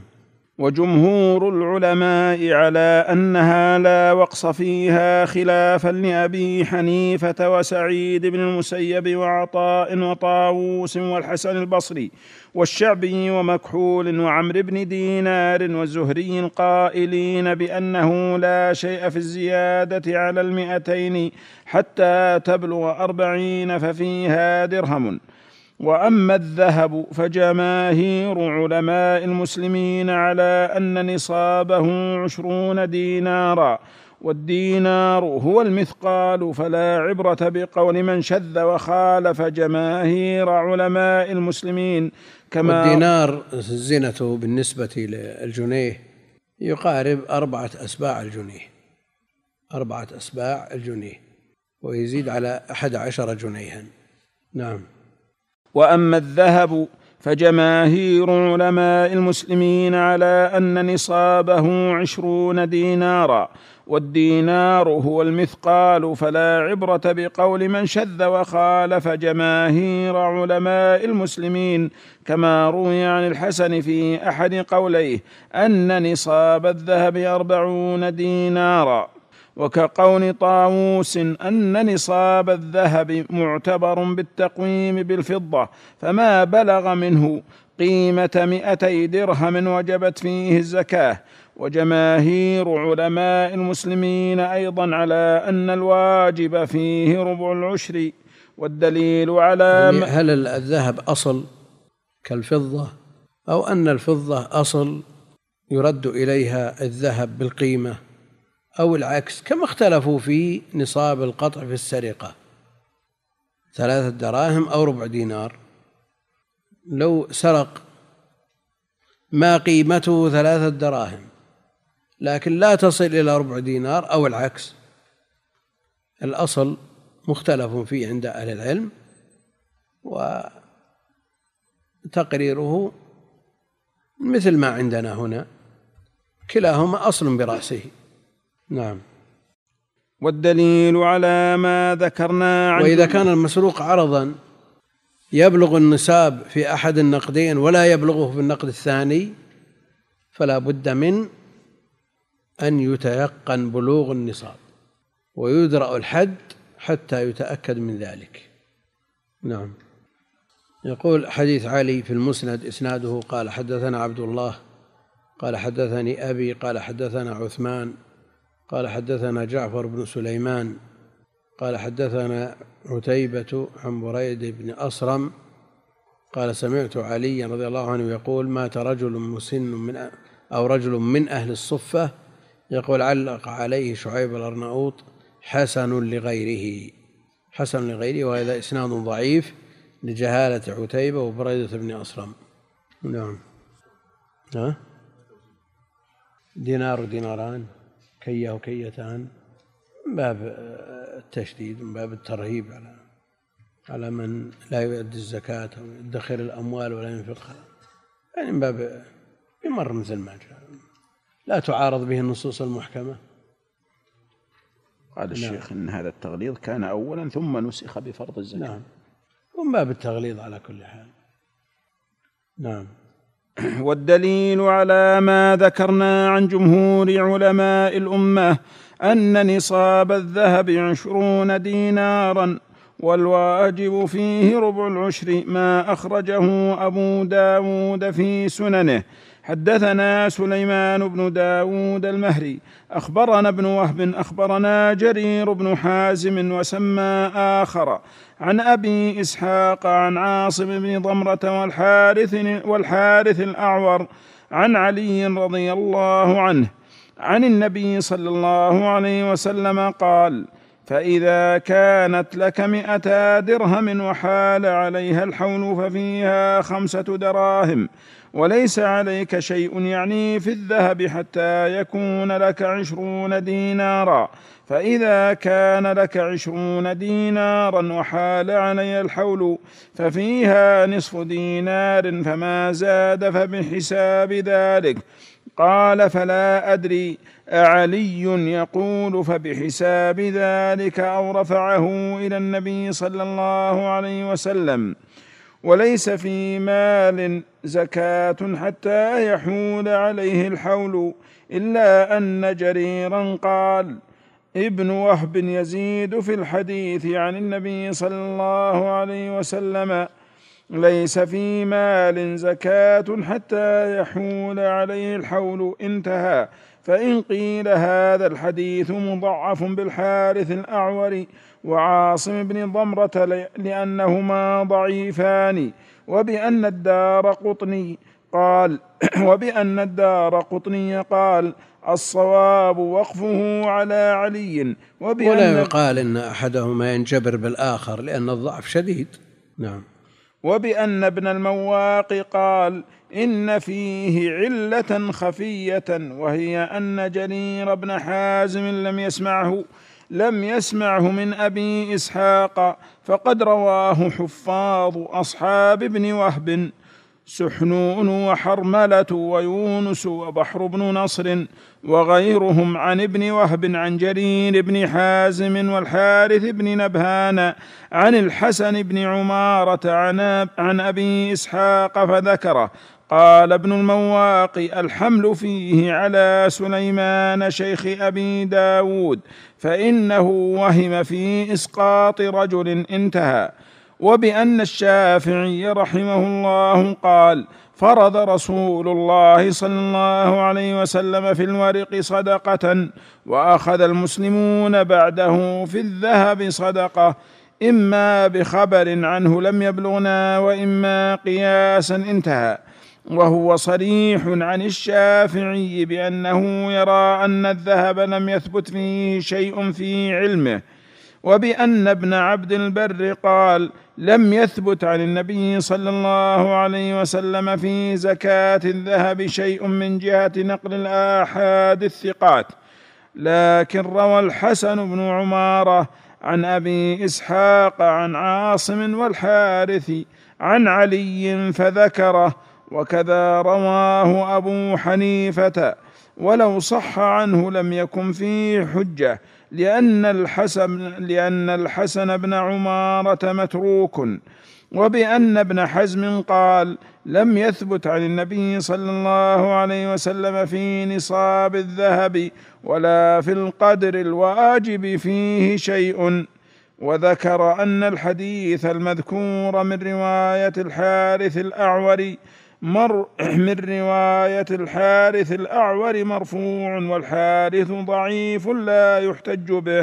وجمهور العلماء على أنها لا وقص فيها، خلافا لأبي حنيفة وسعيد بن المسيب وعطاء وطاووس والحسن البصري والشعبي ومكحول وعمر بن دينار والزهري القائلين بأنه لا شيء في الزيادة على المئتين حتى تبلغ أربعين ففيها درهم. وأما الذهب فجماهير علماء المسلمين على أن نصابه عشرون دينارا، والدينار هو المثقال، فلا عبرة بقول من شذ وخالف جماهير علماء المسلمين. كما والدينار زينته بالنسبة للجنيه يقارب أربعة أسباع الجنيه، أربعة أسباع الجنيه، ويزيد على أحد عشر جنيها. نعم. وأما الذهب فجماهير علماء المسلمين على أن نصابه عشرون دينارا، والدينار هو المثقال، فلا عبرة بقول من شذ وخالف جماهير علماء المسلمين. كما روي عن الحسن في أحد قوليه أن نصاب الذهب أربعون دينارا، وكقول طاووس أن نصاب الذهب معتبر بالتقويم بالفضة، فما بلغ منه قيمة مئتي درهم وجبت فيه الزكاة. وجماهير علماء المسلمين أيضا على أن الواجب فيه ربع العشر. والدليل على يعني هل الذهب أصل كالفضة، أو أن الفضة أصل يرد إليها الذهب بالقيمة، أو العكس، كما اختلفوا في نصاب القطع في السرقة، ثلاثة دراهم أو ربع دينار. لو سرق ما قيمته ثلاثة دراهم لكن لا تصل إلى ربع دينار، أو العكس، الأصل مختلف فيه عند أهل العلم، وتقريره مثل ما عندنا هنا، كلاهما أصل برأسه. نعم. والدليل على ما ذكرنا عنه، وإذا كان المسروق عرضا يبلغ النصاب في أحد النقدين ولا يبلغه في النقد الثاني، فلا بد من أن يتيقن بلوغ النصاب ويدرأ الحد حتى يتأكد من ذلك. نعم. يقول حديث علي في المسند إسناده قال حدثنا عبد الله قال حدثني أبي قال حدثنا عثمان قال حدثنا جعفر بن سليمان قال حدثنا عتيبة عن بريد بن أصرم قال سمعت علي رضي الله عنه يقول مات رجل مسن من أو رجل من أهل الصفة يقول علق عليه شعيب الأرناؤوط حسن لغيره، حسن لغيره، وهذا إسناد ضعيف لجهالة عتيبة وبريدة بن أصرم. نعم. ها؟ دينار وديناران، كية وكيتان، من باب التشديد، من باب الترهيب على على من لا يؤدي الزكاة أو يدخر الأموال ولا ينفقها، يعني من باب يمر مثل ما جاء، لا تعارض به النصوص المحكمة. قال الشيخ إن هذا التغليظ كان أولا ثم نسخ بفرض الزكاة. نعم، ومن باب التغليظ على كل حال. نعم. والدليل على ما ذكرنا عن جمهور علماء الأمة أن نصاب الذهب عشرون دينارا، والواجب فيه ربع العشر، ما أخرجه أبو داود في سننه. حدثنا سليمان بن داود المهري أخبرنا ابن وهب أخبرنا جرير بن حازم وسمى آخر عن أبي إسحاق عن عاصم بن ضمرة والحارث, والحارث الأعور عن علي رضي الله عنه عن النبي صلى الله عليه وسلم قال: فإذا كانت لك مئتا درهم وحال عليها الحول ففيها خمسة دراهم، وليس عليك شيء يعني في الذهب حتى يكون لك عشرون دينارا، فإذا كان لك عشرون دينارا وحال علي الحول ففيها نصف دينار، فما زاد فبحساب ذلك. قال: فلا أدري أعلي يقول فبحساب ذلك أو رفعه إلى النبي صلى الله عليه وسلم. وليس في مال زكاة حتى يحول عليه الحول، إلا أن جريرا قال: ابن وهب يزيد في الحديث عن النبي صلى الله عليه وسلم: ليس في مال زكاة حتى يحول عليه الحول، انتهى. فإن قيل هذا الحديث مضعف بالحارث الأعور وعاصم بن ضمرة لأنهما ضعيفان، وبأن الدار قطني قال وبأن الدار قطني قال الصواب وقفه على علي، ولا يقال إن أحدهما ينجبر بالآخر لأن الضعف شديد. نعم. وبأن ابن المواق قال إن فيه علة خفية، وهي أن جرير بن حازم لم يسمعه لم يسمعه من أبي إسحاق، فقد رواه حفاظ أصحاب ابن وهب سحنون وحرملة ويونس وبحر بن نصر وغيرهم عن ابن وهب عن جرير بن حازم والحارث بن نبهان عن الحسن بن عمارة عن أبي إسحاق فذكره. قال ابن المواق: الحمل فيه على سليمان شيخ أبي داود، فإنه وهم في إسقاط رجل، انتهى. وبأن الشافعي رحمه الله قال: فرض رسول الله صلى الله عليه وسلم في الورق صدقة، وأخذ المسلمون بعده في الذهب صدقة، إما بخبر عنه لم يبلغنا وإما قياسا، انتهى. وهو صريح عن الشافعي بأنه يرى أن الذهب لم يثبت فيه شيء في علمه. وبأن ابن عبد البر قال: لم يثبت عن النبي صلى الله عليه وسلم في زكاة الذهب شيء من جهة نقل الآحاد الثقات، لكن روى الحسن بن عمارة عن أبي إسحاق عن عاصم والحارث عن علي فذكره، وكذا رواه أبو حنيفة، ولو صح عنه لم يكن فيه حجة، لأن الحسن, لأن الحسن بن عمارة متروك. وبأن ابن حزم قال: لم يثبت عن النبي صلى الله عليه وسلم في نصاب الذهب ولا في القدر الواجب فيه شيء. وذكر أن الحديث المذكور من رواية الحارث الأعور مر من رواية الحارث الأعور مرفوع، والحارث ضعيف لا يحتج به،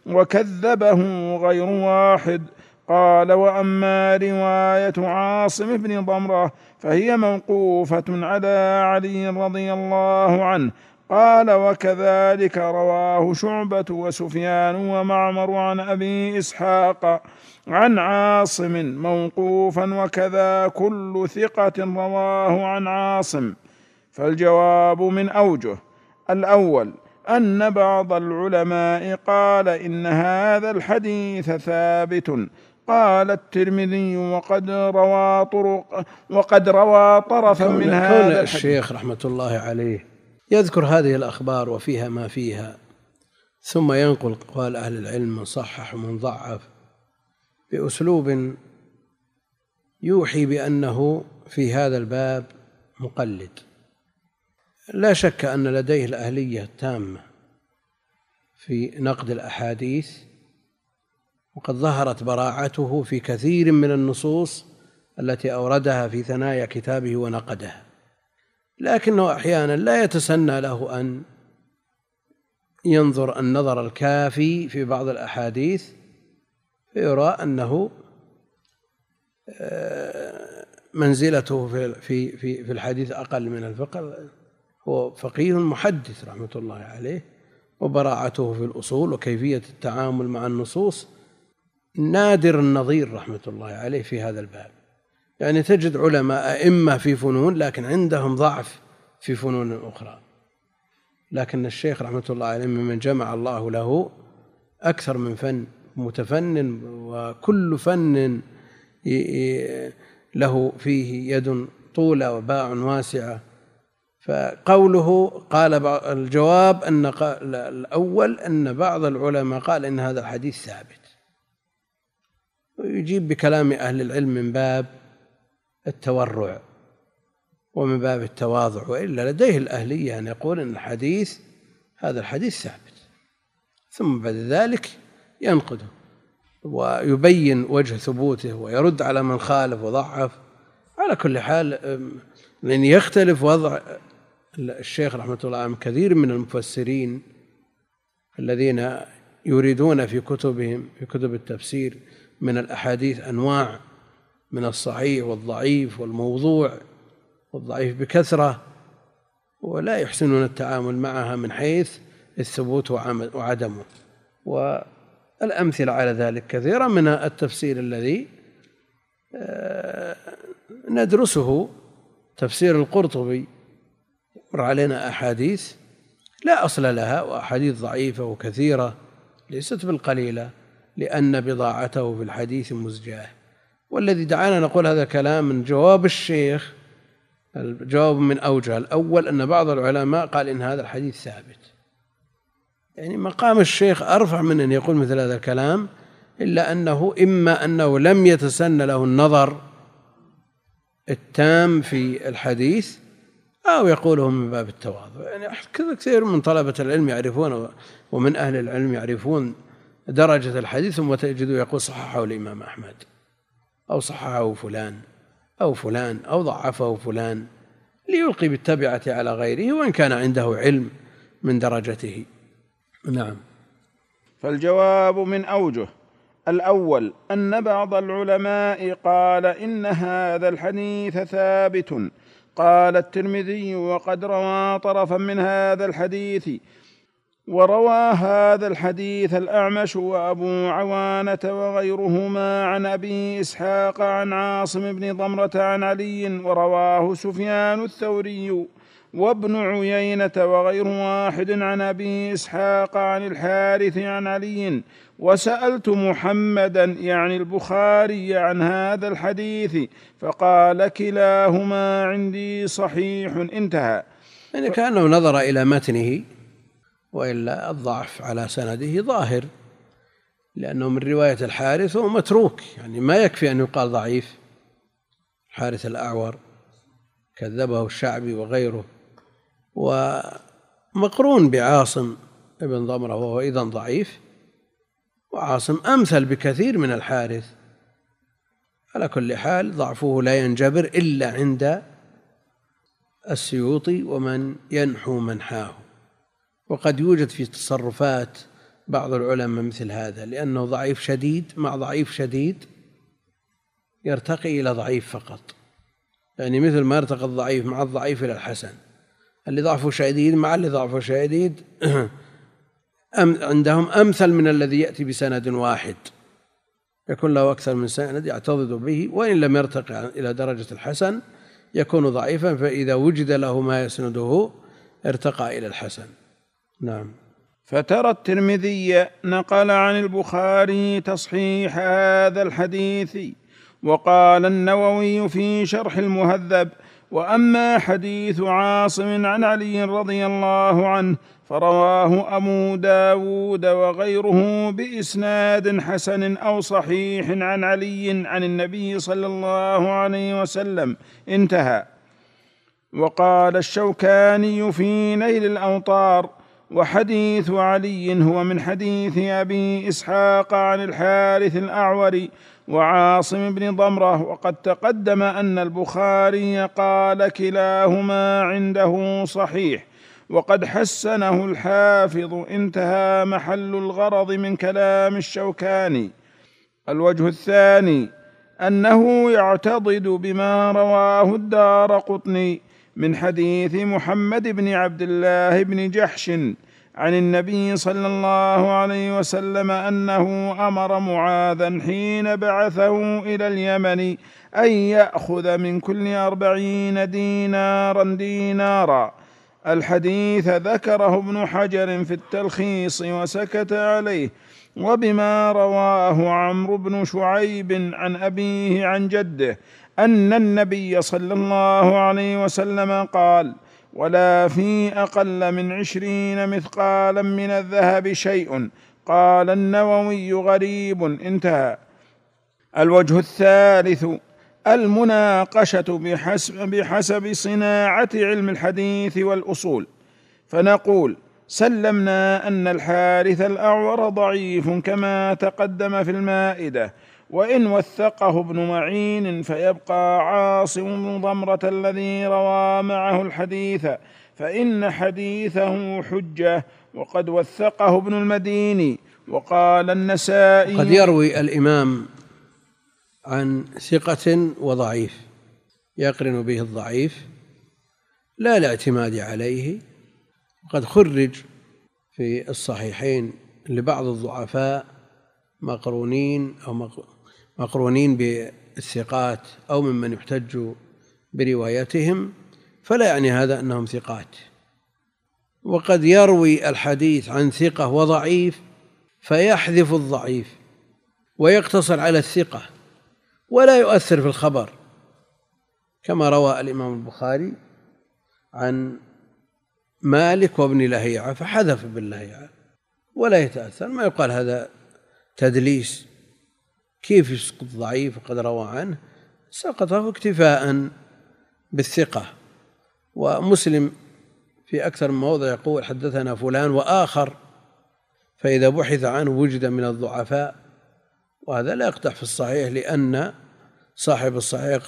وكذبه غير واحد. قال: وأما رواية عاصم بن ضمرة فهي موقوفة على علي رضي الله عنه. قال: وكذلك رواه شعبة وسفيان ومعمر عن أبي إسحاق عن عاصم موقوفا، وكذا كل ثقة رواه عن عاصم. فالجواب من أوجه: الأول أن بعض العلماء قال إن هذا الحديث ثابت. قال الترمذي وقد روى طرق وقد روى طرفا من هذا الشيخ رحمة الله عليه يذكر هذه الأخبار وفيها ما فيها، ثم ينقل أقوال أهل العلم من صحح ومن ضعف بأسلوب يوحي بأنه في هذا الباب مقلد. لا شك أن لديه الأهلية التامة في نقد الأحاديث، وقد ظهرت براعته في كثير من النصوص التي أوردها في ثنايا كتابه ونقدها، لكنه أحيانا لا يتسنى له أن ينظر النظر الكافي في بعض الأحاديث فيرى أنه منزلته في في في الحديث أقل من الفقه. هو فقيه محدث رحمة الله عليه، وبراعته في الأصول وكيفية التعامل مع النصوص نادر النظير رحمة الله عليه في هذا الباب. يعني تجد علماء أئمة في فنون لكن عندهم ضعف في فنون أخرى، لكن الشيخ رحمة الله عليه ممن جمع الله له أكثر من فن، متفنن، وكل فن له فيه يد طولة وباع واسعة. فقوله قال الجواب أن الأول أن بعض العلماء قال إن هذا الحديث ثابت، ويجيب بكلام أهل العلم من باب التورع ومن باب التواضع، وإلا لديه الأهلية أن يقول إن الحديث هذا الحديث ثابت، ثم بعد ذلك ينقده ويبين وجه ثبوته ويرد على من خالف وضعف. على كل حال لأن يختلف وضع الشيخ رحمة الله عليه كثير من المفسرين الذين يريدون في كتبهم في كتب التفسير من الأحاديث أنواع من الصحيح والضعيف والموضوع، والضعيف بكثرة، ولا يحسنون التعامل معها من حيث الثبوت وعدمه. والأمثلة على ذلك كثيرة من التفسير الذي ندرسه، تفسير القرطبي مر علينا أحاديث لا أصل لها، وأحاديث ضعيفة وكثيرة ليست بالقليلة، لأن بضاعته في الحديث مزجاة. والذي دعانا نقول هذا كلام من جواب الشيخ، الجواب من أوجه. الأول أن بعض العلماء قال إن هذا الحديث ثابت، يعني مقام الشيخ أرفع من أن يقول مثل هذا الكلام، إلا أنه إما أنه لم يتسن له النظر التام في الحديث، أو يقوله من باب التواضع. يعني كثير من طلبة العلم يعرفون ومن أهل العلم يعرفون درجة الحديث، ثم تجده يقول صححه الإمام أحمد أو صححه فلان أو فلان أو ضعفه فلان، ليلقي بالتبعة على غيره وإن كان عنده علم من درجته. نعم. فالجواب من أوجه: الأول أن بعض العلماء قال إن هذا الحديث ثابت. قال الترمذي وقد روى طرفا من هذا الحديث، وروى هذا الحديث الأعمش وأبو عوانة وغيرهما عن أبي إسحاق عن عاصم بن ضمرة عن علي، ورواه سفيان الثوري وابن عيينة وغير واحد عن أبي إسحاق عن الحارث عن علي. وسألت محمدا يعني البخاري عن هذا الحديث فقال كلاهما عندي صحيح. انتهى. يعني كأنه نظر إلى متنه، وإلا الضعف على سنده ظاهر، لأنه من رواية الحارث ومتروك، يعني ما يكفي أن يقال ضعيف. الحارث الأعور كذبه الشعبي وغيره، ومقرون بعاصم ابن ضمرة وهو أيضا ضعيف، وعاصم أمثل بكثير من الحارث. على كل حال ضعفه لا ينجبر إلا عند السيوطي ومن ينحو منحاه. وقد يوجد في تصرفات بعض العلماء مثل هذا، لأنه ضعيف شديد مع ضعيف شديد يرتقي إلى ضعيف فقط، يعني مثل ما يرتقي الضعيف مع الضعيف إلى الحسن، اللي ضعفه شديد مع اللي ضعفه شديد عندهم أمثل من الذي يأتي بسند واحد يكون له أكثر من سند يعتضد به، وإن لم يرتقي إلى درجة الحسن يكون ضعيفا، فإذا وجد له ما يسنده ارتقى إلى الحسن. نعم. فترى الترمذي نقل عن البخاري تصحيح هذا الحديث. وقال النووي في شرح المهذب: وأما حديث عاصم عن علي رضي الله عنه فرواه أبو داود وغيره بإسناد حسن أو صحيح عن علي عن النبي صلى الله عليه وسلم، انتهى. وقال الشوكاني في نيل الأوطار: وحديث علي هو من حديث أبي إسحاق عن الحارث الأعور وعاصم بن ضمرة، وقد تقدم أن البخاري قال كلاهما عنده صحيح، وقد حسنه الحافظ، انتهى محل الغرض من كلام الشوكاني. الوجه الثاني أنه يعتضد بما رواه الدارقطني من حديث محمد بن عبد الله بن جحش عن النبي صلى الله عليه وسلم أنه أمر معاذا حين بعثه إلى اليمن أن يأخذ من كل أربعين دينارا دينارا. الحديث ذكره ابن حجر في التلخيص وسكت عليه. وبما رواه عمرو بن شعيب عن أبيه عن جده أن النبي صلى الله عليه وسلم قال: ولا في أقل من عشرين مثقالا من الذهب شيء. قال النووي: غريب، انتهى. الوجه الثالث المناقشة بحسب, بحسب صناعة علم الحديث والأصول، فنقول: سلمنا أن الحارث الأعور ضعيف كما تقدم في المائدة، وإن وثقه ابن معين فيبقى عاصم بن ضمرة الذي روى معه الحديث، فإن حديثه حجة، وقد وثقه ابن المديني. وقال النسائي: قد يروي الإمام عن ثقة وضعيف يقرن به الضعيف لا الاعتماد عليه. قد خرج في الصحيحين لبعض الضعفاء مقرونين أو مقرونين بالثقات أو ممن يحتج بروايتهم، فلا يعني هذا أنهم ثقات. وقد يروي الحديث عن ثقة وضعيف فيحذف الضعيف ويقتصر على الثقة ولا يؤثر في الخبر، كما روى الإمام البخاري عن مالك وابن لهيعة فحذف ابن لهيعة ولا يتأثر. ما يقال هذا تدليس، كيف يسقط ضعيف وقد روى عنه؟ سقطه اكتفاء بالثقة. ومسلم في أكثر من موضع يقول: حدثنا فلان وآخر، فإذا بحث عنه وجد من الضعفاء، وهذا لا يقدح في الصحيح، لأن صاحب الصحيح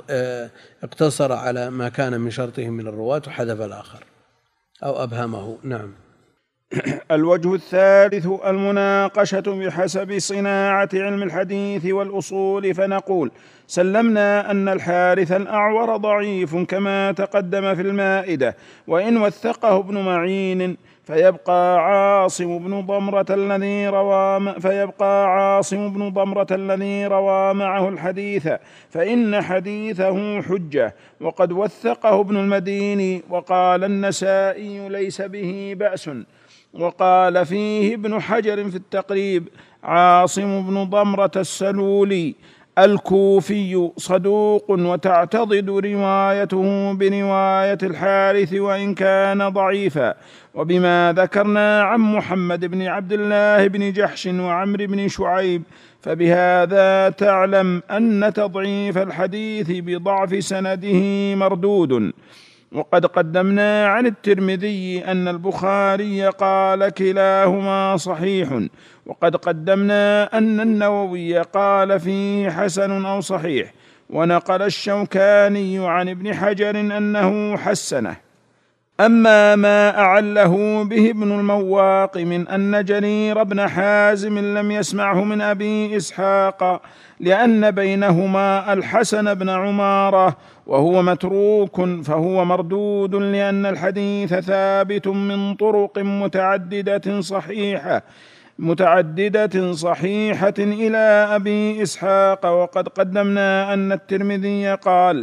اقتصر على ما كان من شرطه من الرواة وحذف الآخر أو أبهمه. نعم. الوجه الثالث المناقشة بحسب صناعة علم الحديث والأصول، فنقول: سلمنا أن الحارث الأعور ضعيف كما تقدم في المائدة، وإن وثقه ابن معين فيبقى عاصم بن ضمرة الذي روى فيبقى عاصم بن ضمرة الذي روى معه الحديث، فإن حديثه حجة، وقد وثقه ابن المديني. وقال النسائي: ليس به بأس. وقال فيه ابن حجر في التقريب: عاصم بن ضمرة السلولي الكوفي صدوق، وتعتضد روايته برواية الحارث وإن كان ضعيفا. وبما ذكرنا عن محمد بن عبد الله بن جحش وعمر بن شعيب، فبهذا تعلم أن تضعيف الحديث بضعف سنده مردود. وقد قدمنا عن الترمذي أن البخاري قال كلاهما صحيح، وقد قدمنا أن النووي قال فيه حسن أو صحيح، ونقل الشوكاني عن ابن حجر أنه حسنه. أما ما أعله به ابن المواق من أن جرير بن حازم لم يسمعه من أبي إسحاق لأن بينهما الحسن بن عمارة وهو متروك، فهو مردود، لأن الحديث ثابت من طرق متعددة صحيحة متعددة صحيحة إلى أبي إسحاق. وقد قدمنا أن الترمذي قال: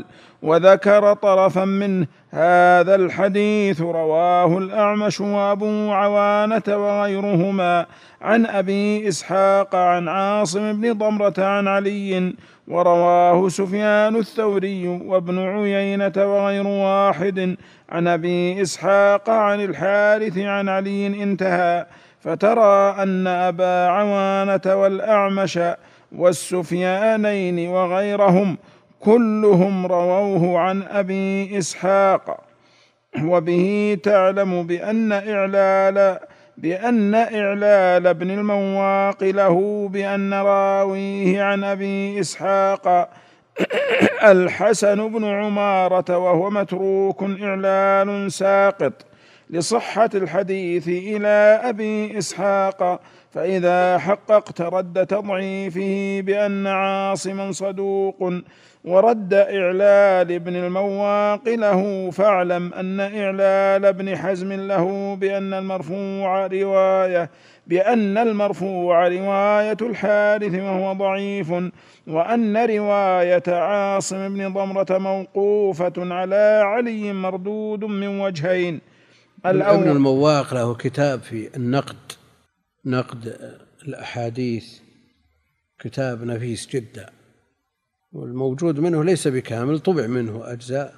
وذكر طرفا منه. هذا الحديث رواه الأعمش وأبو عوانة وغيرهما عن أبي إسحاق عن عاصم بن ضمرة عن علي، ورواه سفيان الثوري وابن عيينة وغير واحد عن أبي إسحاق عن الحارث عن علي انتهى. فترى أن أبا عوانة والأعمش والسفيانين وغيرهم كلهم رووه عن أبي إسحاق. وبه تعلم بأن إعلال بأن إعلال ابن المواق له بأن راويه عن أبي إسحاق الحسن بن عمارة وهو متروك إعلال ساقط لصحة الحديث إلى أبي إسحاق. فإذا حققت رد تضعيفه بأن عاصما صدوق ورد إعلال ابن المواق له، فاعلم أن إعلال ابن حزم له بأن المرفوع رواية بأن المرفوع رواية الحارث وهو ضعيف، وأن رواية عاصم بن ضمرة موقوفة على علي مردود من وجهين. ابن المواق له كتاب في النقد، نقد الأحاديث، كتاب نفيس جدا، والموجود منه ليس بكامل، طبع منه أجزاء،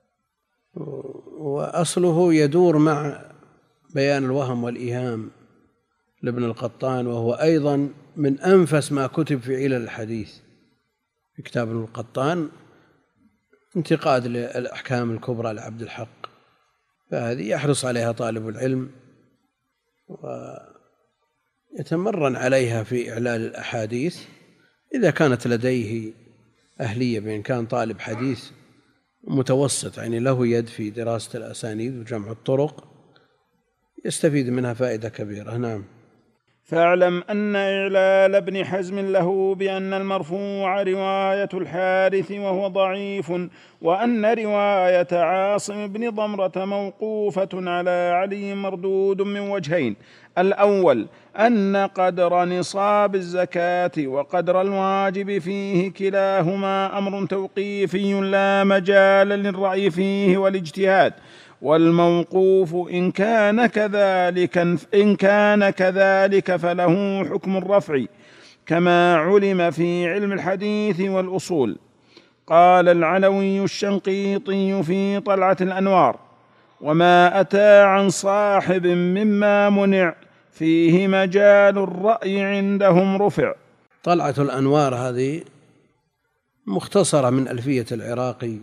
وأصله يدور مع بيان الوهم والإيهام لابن القطان، وهو أيضا من أنفس ما كتب في علل الحديث في كتاب ابن القطان، انتقاد للأحكام الكبرى لعبد الحق، فهذه يحرص عليها طالب العلم ويتمرن عليها في إعلال الأحاديث إذا كانت لديه أهلية، بإن كان طالب حديث متوسط يعني له يد في دراسة الأسانيد وجمع الطرق يستفيد منها فائدة كبيرة. نعم. فاعلم أن إعلال ابن حزم له بأن المرفوع رواية الحارث وهو ضعيف، وأن رواية عاصم بن ضمرة موقوفة على علي مردود من وجهين. الأول أن قدر نصاب الزكاة وقدر الواجب فيه كلاهما أمر توقيفي لا مجال للرأي فيه والاجتهاد، والموقوف إن كان كذلك إن كان كذلك فله حكم الرفع كما علم في علم الحديث والأصول. قال العلوي الشنقيطي في طلعة الأنوار: وما أتى عن صاحب مما منع فيه مجال الرأي عندهم رفع. طلعة الأنوار هذه مختصرة من ألفية العراقي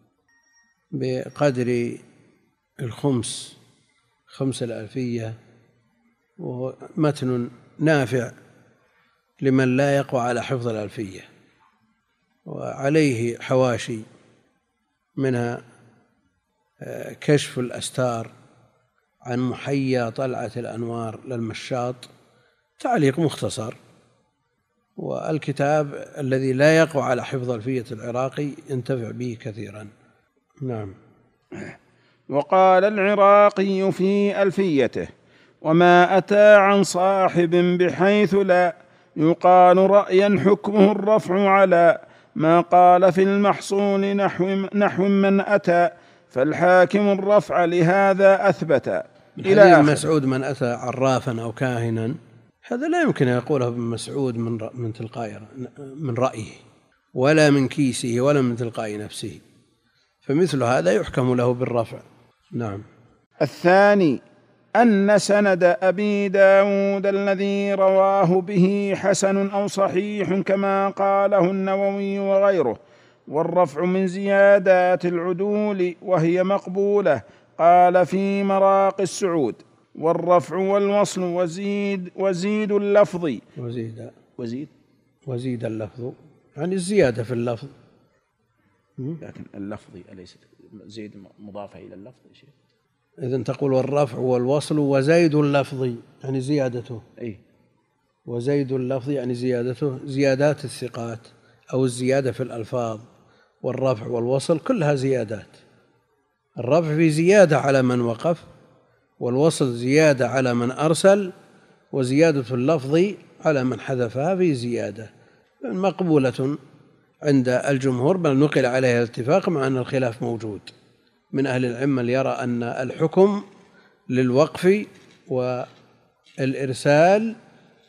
بقدر الخمس خمس الألفية، وهو متن نافع لمن لا يقوى على حفظ الألفية، وعليه حواشي منها كشف الأستار عن محيا طلعة الأنوار للمشاط، تعليق مختصر. والكتاب الذي لا يقوى على حفظ ألفية العراقي ينتفع به كثيرا. نعم. وقال العراقي في ألفيته: وما أتى عن صاحب بحيث لا يقال رأيا حكمه الرفع على ما قال في المحصول نحو, نحو من أتى، فالحاكم الرفع لهذا أثبت. إلى ابن مسعود: من أتى عرافا أو كاهنا، هذا لا يمكن أن يقوله ابن مسعود من من تلقاء من رأيه ولا من كيسه ولا من تلقاء نفسه، فمثل هذا يحكم له بالرفع. نعم. الثاني أن سند أبي داود الذي رواه به حسن أو صحيح كما قاله النووي وغيره، والرفع من زيادات العدول وهي مقبولة. قال في مراقي السعود: والرفع والوصل وزيد وزيد اللفظ وزيد وزيد وزيد اللفظ يعني الزيادة في اللفظ، لكن اللفظ أليست زيد مضافة إلى اللفظ يا شيخ؟ إذن تقول والرفع والوصل وزيد اللفظ يعني زيادته، أي وزيد اللفظ يعني زيادته، زيادات الثقات أو الزيادة في الألفاظ، والرفع والوصل كلها زيادات. الرفع في زيادة على من وقف، والوصل زيادة على من أرسل، وزيادة اللفظ على من حذفها في زيادة مقبولة عند الجمهور، بل نقل عليه الاتفاق مع أن الخلاف موجود من أهل العلم من يرى أن الحكم للوقف والإرسال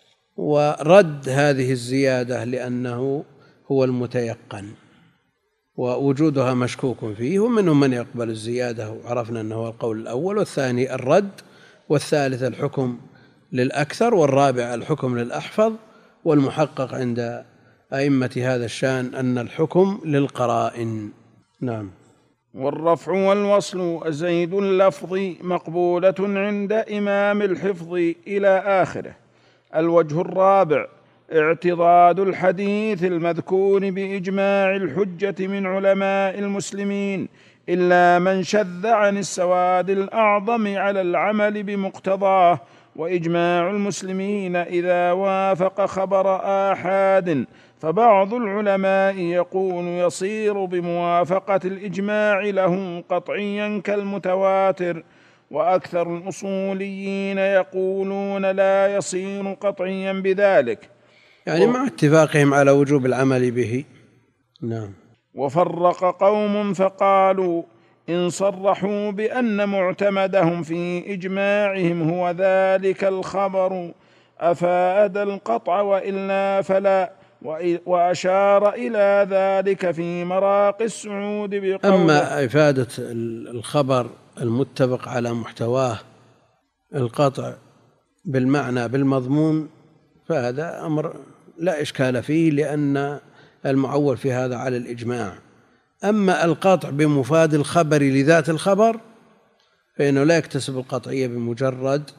ورد هذه الزيادة لأنه هو المتيقن ووجودها مشكوك فيه، ومنهم من يقبل الزيادة، وعرفنا أنه هو القول الأول، والثاني الرد، والثالث الحكم للأكثر، والرابع الحكم للأحفظ، والمحقق عند أئمة هذا الشأن أن الحكم للقرائن. نعم. والرفع والوصل زيد اللفظ مقبولة عند إمام الحفظ إلى آخره. الوجه الرابع اعتضاد الحديث المذكور بإجماع الحجة من علماء المسلمين إلا من شذ عن السواد الأعظم على العمل بمقتضاه، وإجماع المسلمين إذا وافق خبر آحاد فبعض العلماء يقول يصير بموافقة الإجماع له قطعيا كالمتواتر، وأكثر الأصوليين يقولون لا يصير قطعيا بذلك، يعني مع اتفاقهم على وجوب العمل به. نعم. وفرق قوم فقالوا إن صرحوا بأن معتمدهم في إجماعهم هو ذلك الخبر أفاد القطع وإلا فلا، وأشار إلى ذلك في مراقي السعود بقوله. أما إفادة الخبر المتفق على محتواه القطع بالمعنى بالمضمون فهذا أمر لا إشكال فيه، لأن المعول في هذا على الإجماع. أما القطع بمفاد الخبر لذات الخبر فإنه لا يكتسب القطعية بمجرد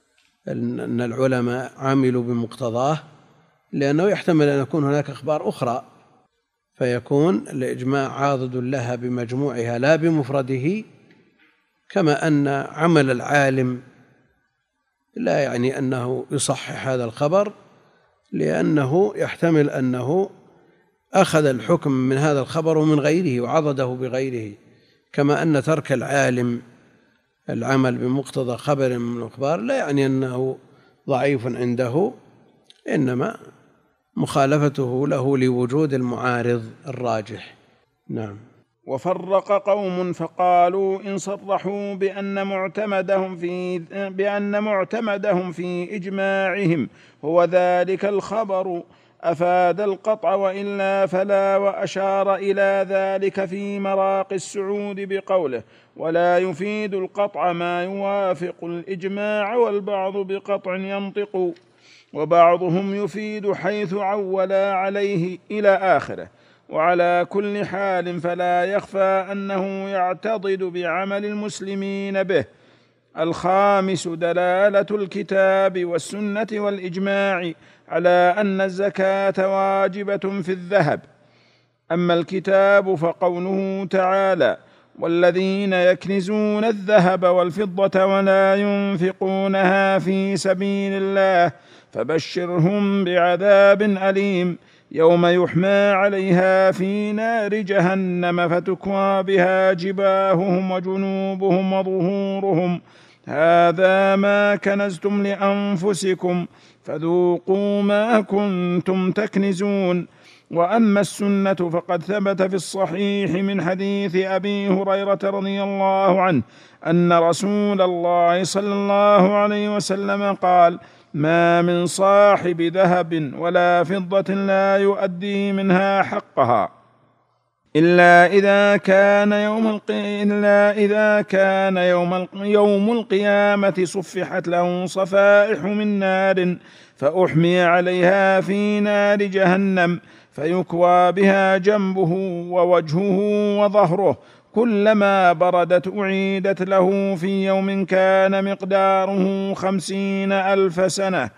أن العلماء عملوا بمقتضاه، لأنه يحتمل أن يكون هناك أخبار أخرى فيكون الإجماع عاضد لها بمجموعها لا بمفرده، كما أن عمل العالم لا يعني أنه يصحح هذا الخبر، لأنه يحتمل أنه أخذ الحكم من هذا الخبر ومن غيره وعضده بغيره، كما أن ترك العالم العمل بمقتضى خبر من الأخبار لا يعني أنه ضعيف عنده، إنما مخالفته له لوجود المعارض الراجح. نعم. وفرق قوم فقالوا إن صرحوا بأن معتمدهم في بأن معتمدهم في إجماعهم هو ذلك الخبر أفاد القطع وإلا فلا، وأشار إلى ذلك في مراقي السعود بقوله ولا يفيد القطع ما يوافق الإجماع، والبعض بقطع ينطق وبعضهم يفيد حيث عولا عليه إلى آخره. وعلى كل حال فلا يخفى أنه يعتضد بعمل المسلمين به. الخامس دلالة الكتاب والسنة والإجماع على أن الزكاة واجبة في الذهب. أما الكتاب فقوله تعالى والذين يكنزون الذهب والفضة ولا ينفقونها في سبيل الله فبشرهم بعذاب أليم يوم يحمى عليها في نار جهنم فتكوى بها جباههم وجنوبهم وظهورهم هذا ما كنزتم لأنفسكم فذوقوا ما كنتم تكنزون. وأما السنة فقد ثبت في الصحيح من حديث أبي هريرة رضي الله عنه أن رسول الله صلى الله عليه وسلم قال ما من صاحب ذهب ولا فضة لا يؤدي منها حقها إلا إذا كان يوم القي... إلا إذا كان يوم, ال... يوم القيامة صفحت له صفائح من نار فأحمي عليها في نار جهنم فيكوى بها جنبه ووجهه وظهره كلما بردت أعيدت له في يوم كان مقداره خمسين ألف سنة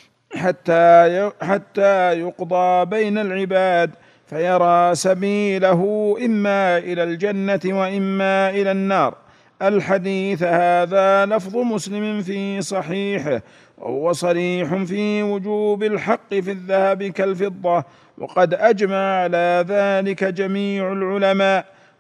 حتى حتى يقضى بين العباد فيرى سبيله إما إلى الجنة وإما إلى النار. الحديث هذا لفظ مسلم في صحيحه، وهو صريح في وجوب الحق في الذهب كالفضة، وقد أجمع على ذلك جميع العلماء.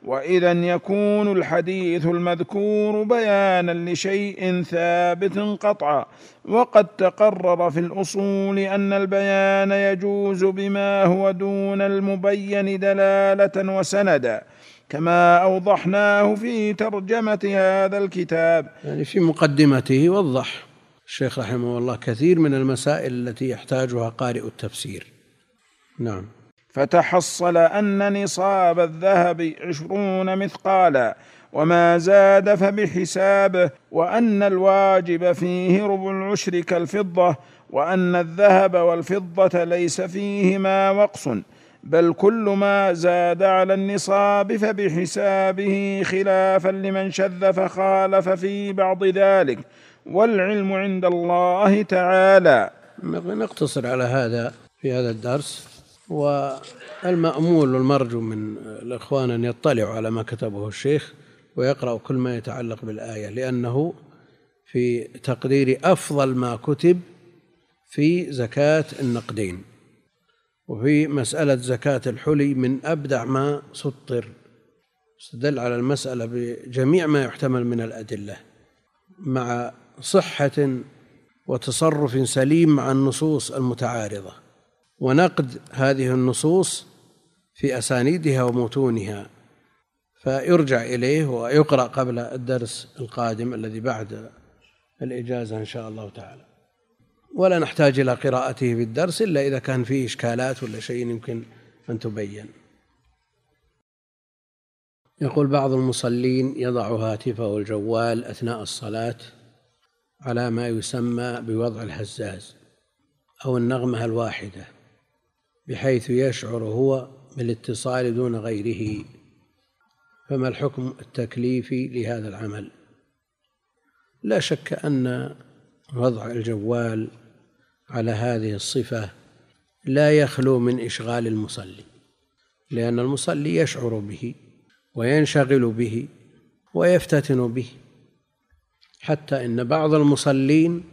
وإذا يكون الحديث المذكور بيانا لشيء ثابت قطعا، وقد تقرر في الأصول أن البيان يجوز بما هو دون المبين دلالة وسندا، كما أوضحناه في ترجمة هذا الكتاب. يعني في مقدمته وضح الشيخ رحمه الله كثير من المسائل التي يحتاجها قارئ التفسير. نعم. فتحصل أن نصاب الذهب عشرون مثقالا وما زاد فبحسابه، وأن الواجب فيه ربع العشر كالفضة، وأن الذهب والفضة ليس فيهما وقص، بل كل ما زاد على النصاب فبحسابه، خلافا لمن شذ فخالف في بعض ذلك، والعلم عند الله تعالى. نقتصر على هذا في هذا الدرس، والمأمول والمرجو من الإخوان أن يطلعوا على ما كتبه الشيخ ويقرأوا كل ما يتعلق بالآية، لأنه في تقدير أفضل ما كتب في زكاة النقدين، وفي مسألة زكاة الحلي من أبدع ما سطر، استدل على المسألة بجميع ما يحتمل من الأدلة مع صحة وتصرف سليم مع النصوص المتعارضة، ونقد هذه النصوص في أسانيدها ومتونها، فيرجع إليه ويقرأ قبل الدرس القادم الذي بعد الإجازة إن شاء الله تعالى، ولا نحتاج إلى قراءته في الدرس إلا إذا كان فيه إشكالات ولا شيء يمكن أن تبين. يقول بعض المصلين يضع هاتفه الجوال أثناء الصلاة على ما يسمى بوضع الهزاز أو النغمة الواحدة، بحيث يشعر هو بالاتصال دون غيره، فما الحكم التكليفي لهذا العمل؟ لا شك أن وضع الجوال على هذه الصفة لا يخلو من إشغال المصلي، لأن المصلي يشعر به وينشغل به ويفتتن به، حتى إن بعض المصلين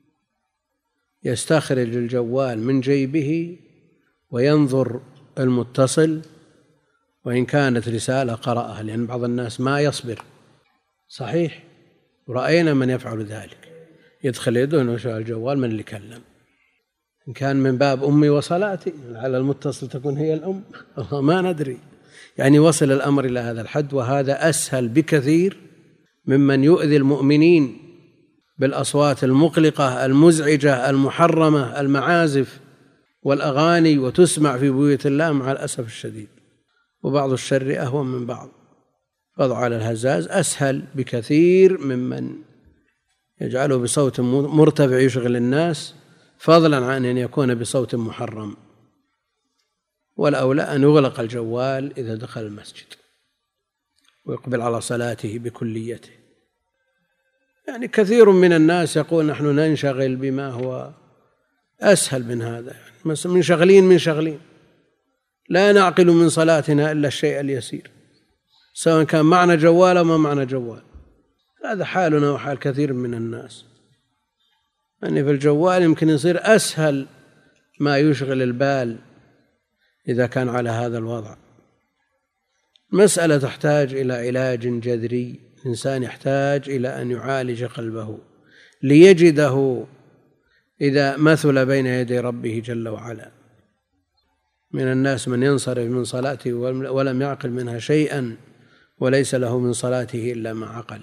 يستخرج الجوال من جيبه وينظر المتصل وإن كانت رسالة قرأها، لأن بعض الناس ما يصبر. صحيح، ورأينا من يفعل ذلك، يدخل يده ويشغل الجوال من اللي كلم، إن كان من باب أمي وصلاتي على المتصل تكون هي الأم، ما ندري. يعني وصل الأمر إلى هذا الحد، وهذا أسهل بكثير ممن يؤذي المؤمنين بالأصوات المقلقة المزعجة المحرمة، المعازف والأغاني، وتسمع في بيوت الله مع الأسف الشديد، وبعض الشر أهون من بعض. وضع على الهزاز أسهل بكثير ممن يجعله بصوت مرتفع يشغل الناس، فضلا عن أن يكون بصوت محرم. والأولى أن يغلق الجوال إذا دخل المسجد ويقبل على صلاته بكليته. يعني كثير من الناس يقول نحن ننشغل بما هو أسهل من هذا، يعني من شغلين من شغلين لا نعقل من صلاتنا إلا الشيء اليسير، سواء كان معنا جوال أو ما معنا جوال. هذا حالنا وحال كثير من الناس، يعني في الجوال يمكن يصير أسهل ما يشغل البال إذا كان على هذا الوضع. مسألة تحتاج إلى علاج جذري، الإنسان يحتاج إلى أن يعالج قلبه ليجده إذا مثل بين يدي ربه جل وعلا. من الناس من ينصرف من صلاته ولم يعقل منها شيئا، وليس له من صلاته إلا ما عقل.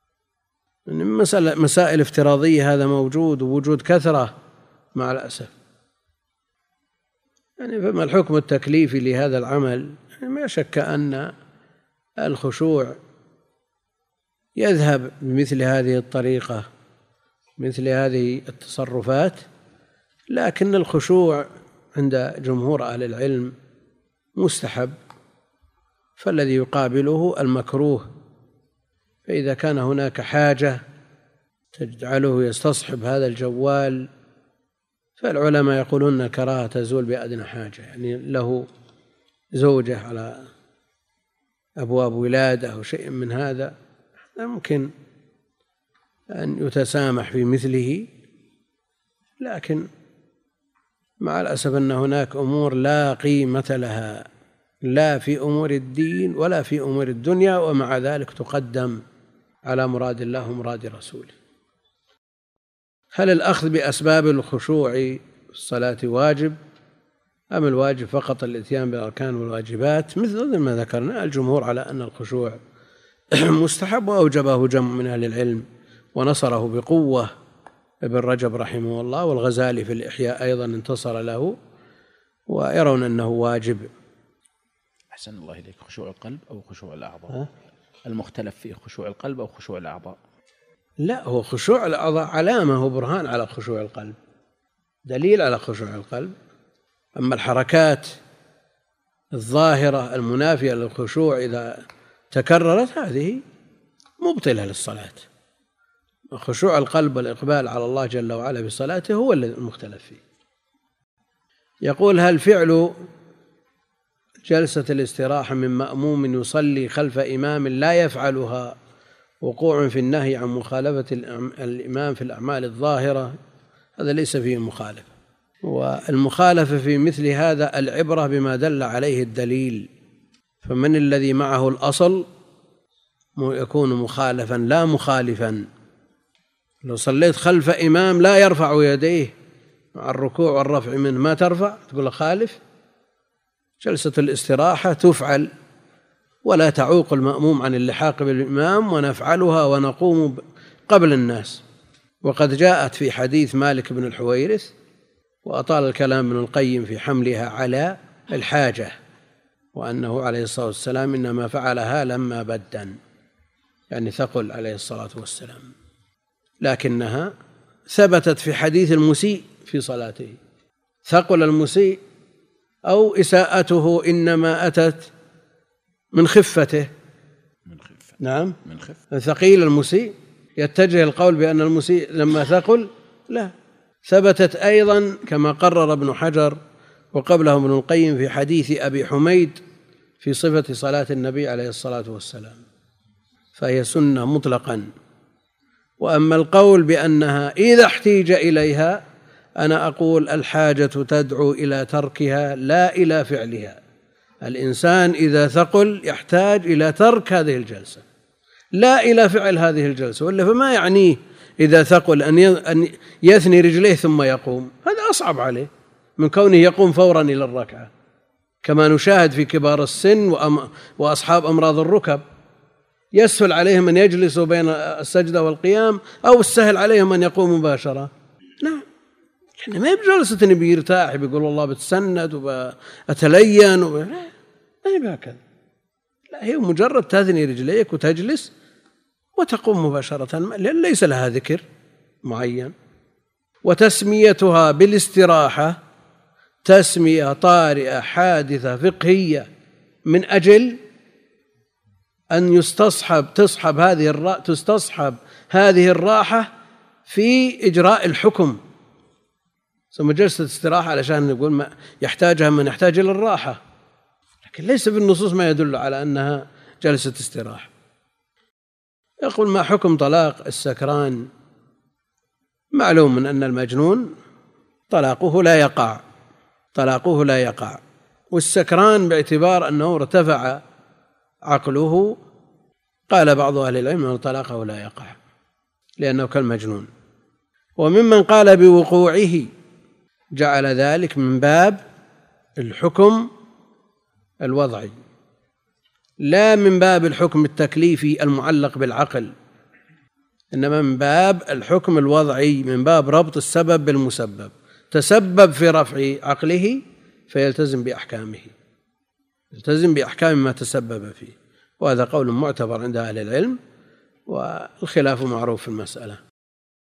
مسائل افتراضية هذا موجود، ووجود كثرة مع الأسف. يعني فما الحكم التكليفي لهذا العمل؟ يعني ما شك أن الخشوع يذهب بمثل هذه الطريقة، مثل هذه التصرفات، لكن الخشوع عند جمهور أهل العلم مستحب، فالذي يقابله المكروه. فإذا كان هناك حاجة تجعله يستصحب هذا الجوال، فالعلماء يقولون الكراهة تزول بأدنى حاجة، يعني له زوجة على أبواب ولادة أو شيء من هذا، ممكن أن يتسامح في مثله. لكن مع الأسف أن هناك أمور لا قيمة لها لا في أمور الدين ولا في أمور الدنيا، ومع ذلك تقدم على مراد الله ومراد رسوله. هل الأخذ بأسباب الخشوع في الصلاة واجب أم الواجب فقط الإتيان بالأركان والواجبات؟ مثل ما ذكرنا، الجمهور على أن الخشوع مستحب، وأوجبه جمع من أهل العلم ونصره بقوة ابن رجب رحمه الله، والغزالي في الإحياء أيضا انتصر له، ويرون أنه واجب. أحسن الله إليك. خشوع القلب أو خشوع الأعضاء؟ المختلف فيه خشوع القلب أو خشوع الأعضاء؟ لا، هو خشوع الأعضاء علامة، هو برهان على خشوع القلب، دليل على خشوع القلب. أما الحركات الظاهرة المنافية للخشوع إذا تكررت هذه مبطلة للصلاة. خشوع القلب والإقبال على الله جل وعلا بصلاته هو المختلف فيه. يقول: هل فعل جلسة الاستراحة من مأموم يصلي خلف إمام لا يفعلها وقوع في النهي عن مخالفة الإمام في الأعمال الظاهرة؟ هذا ليس فيه مخالفة، والمخالفة في مثل هذا العبرة بما دل عليه الدليل، فمن الذي معه الأصل يكون مخالفا لا مخالفا. لو صليت خلف إمام لا يرفع يديه مع الركوع والرفع منه ما ترفع، تقول خالف. جلسة الاستراحة تفعل ولا تعوق المأموم عن اللحاق بالإمام، ونفعلها ونقوم قبل الناس. وقد جاءت في حديث مالك بن الحويرث، وأطال الكلام ابن القيم في حملها على الحاجة، وأنه عليه الصلاة والسلام إنما فعلها لما بدن، يعني ثقل عليه الصلاة والسلام، لكنها ثبتت في حديث المسيء في صلاته. ثقل المسيء أو إساءته إنما أتت من خفته. من خفة. نعم، من خفة. ثقيل المسيء يتجه القول بأن المسيء لما ثقل، لا، ثبتت أيضا كما قرر ابن حجر وقبله ابن القيم في حديث أبي حميد في صفة صلاة النبي عليه الصلاة والسلام، فهي سنة مطلقا. وأما القول بأنها إذا احتيج إليها، أنا أقول الحاجة تدعو إلى تركها لا إلى فعلها. الإنسان إذا ثقل يحتاج إلى ترك هذه الجلسة لا إلى فعل هذه الجلسة، ولا فما يعنيه إذا ثقل أن يثني رجليه ثم يقوم، هذا أصعب عليه من كونه يقوم فورا إلى الركعة، كما نشاهد في كبار السن وأصحاب أمراض الركب، يسهل عليهم أن يجلسوا بين السجدة والقيام، أو السهل عليهم أن يقوموا مباشرة. نعم، يعني ما بجلسة أن بيرتاح بيقول والله بتسند وبأتلين وب... لا، ما هي هكذا. لا، هي مجرد تثني رجليك وتجلس وتقوم مباشرة، ليس لها ذكر معين. وتسميتها بالاستراحة تسمية طارئة حادثة فقهية من أجل أن يستصحب تصحب هذه الرا... تستصحب هذه الراحة في إجراء الحكم. ثم جلسة استراحة علشان نقول ما يحتاجها من يحتاج إلى الراحة، لكن ليس في النصوص ما يدل على أنها جلسة استراحة. يقول: ما حكم طلاق السكران؟ معلوم من أن المجنون طلاقه لا يقع، طلاقه لا يقع، والسكران باعتبار أنه ارتفع عقله قال بعض أهل العلم أن طلاقه لا يقع لأنه كالمجنون. وممن قال بوقوعه جعل ذلك من باب الحكم الوضعي لا من باب الحكم التكليفي المعلق بالعقل، إنما من باب الحكم الوضعي، من باب ربط السبب بالمسبب. تسبب في رفع عقله فيلتزم بأحكامه، يلتزم بأحكام ما تسبب فيه، وهذا قول معتبر عند أهل العلم، والخلاف معروف في المسألة.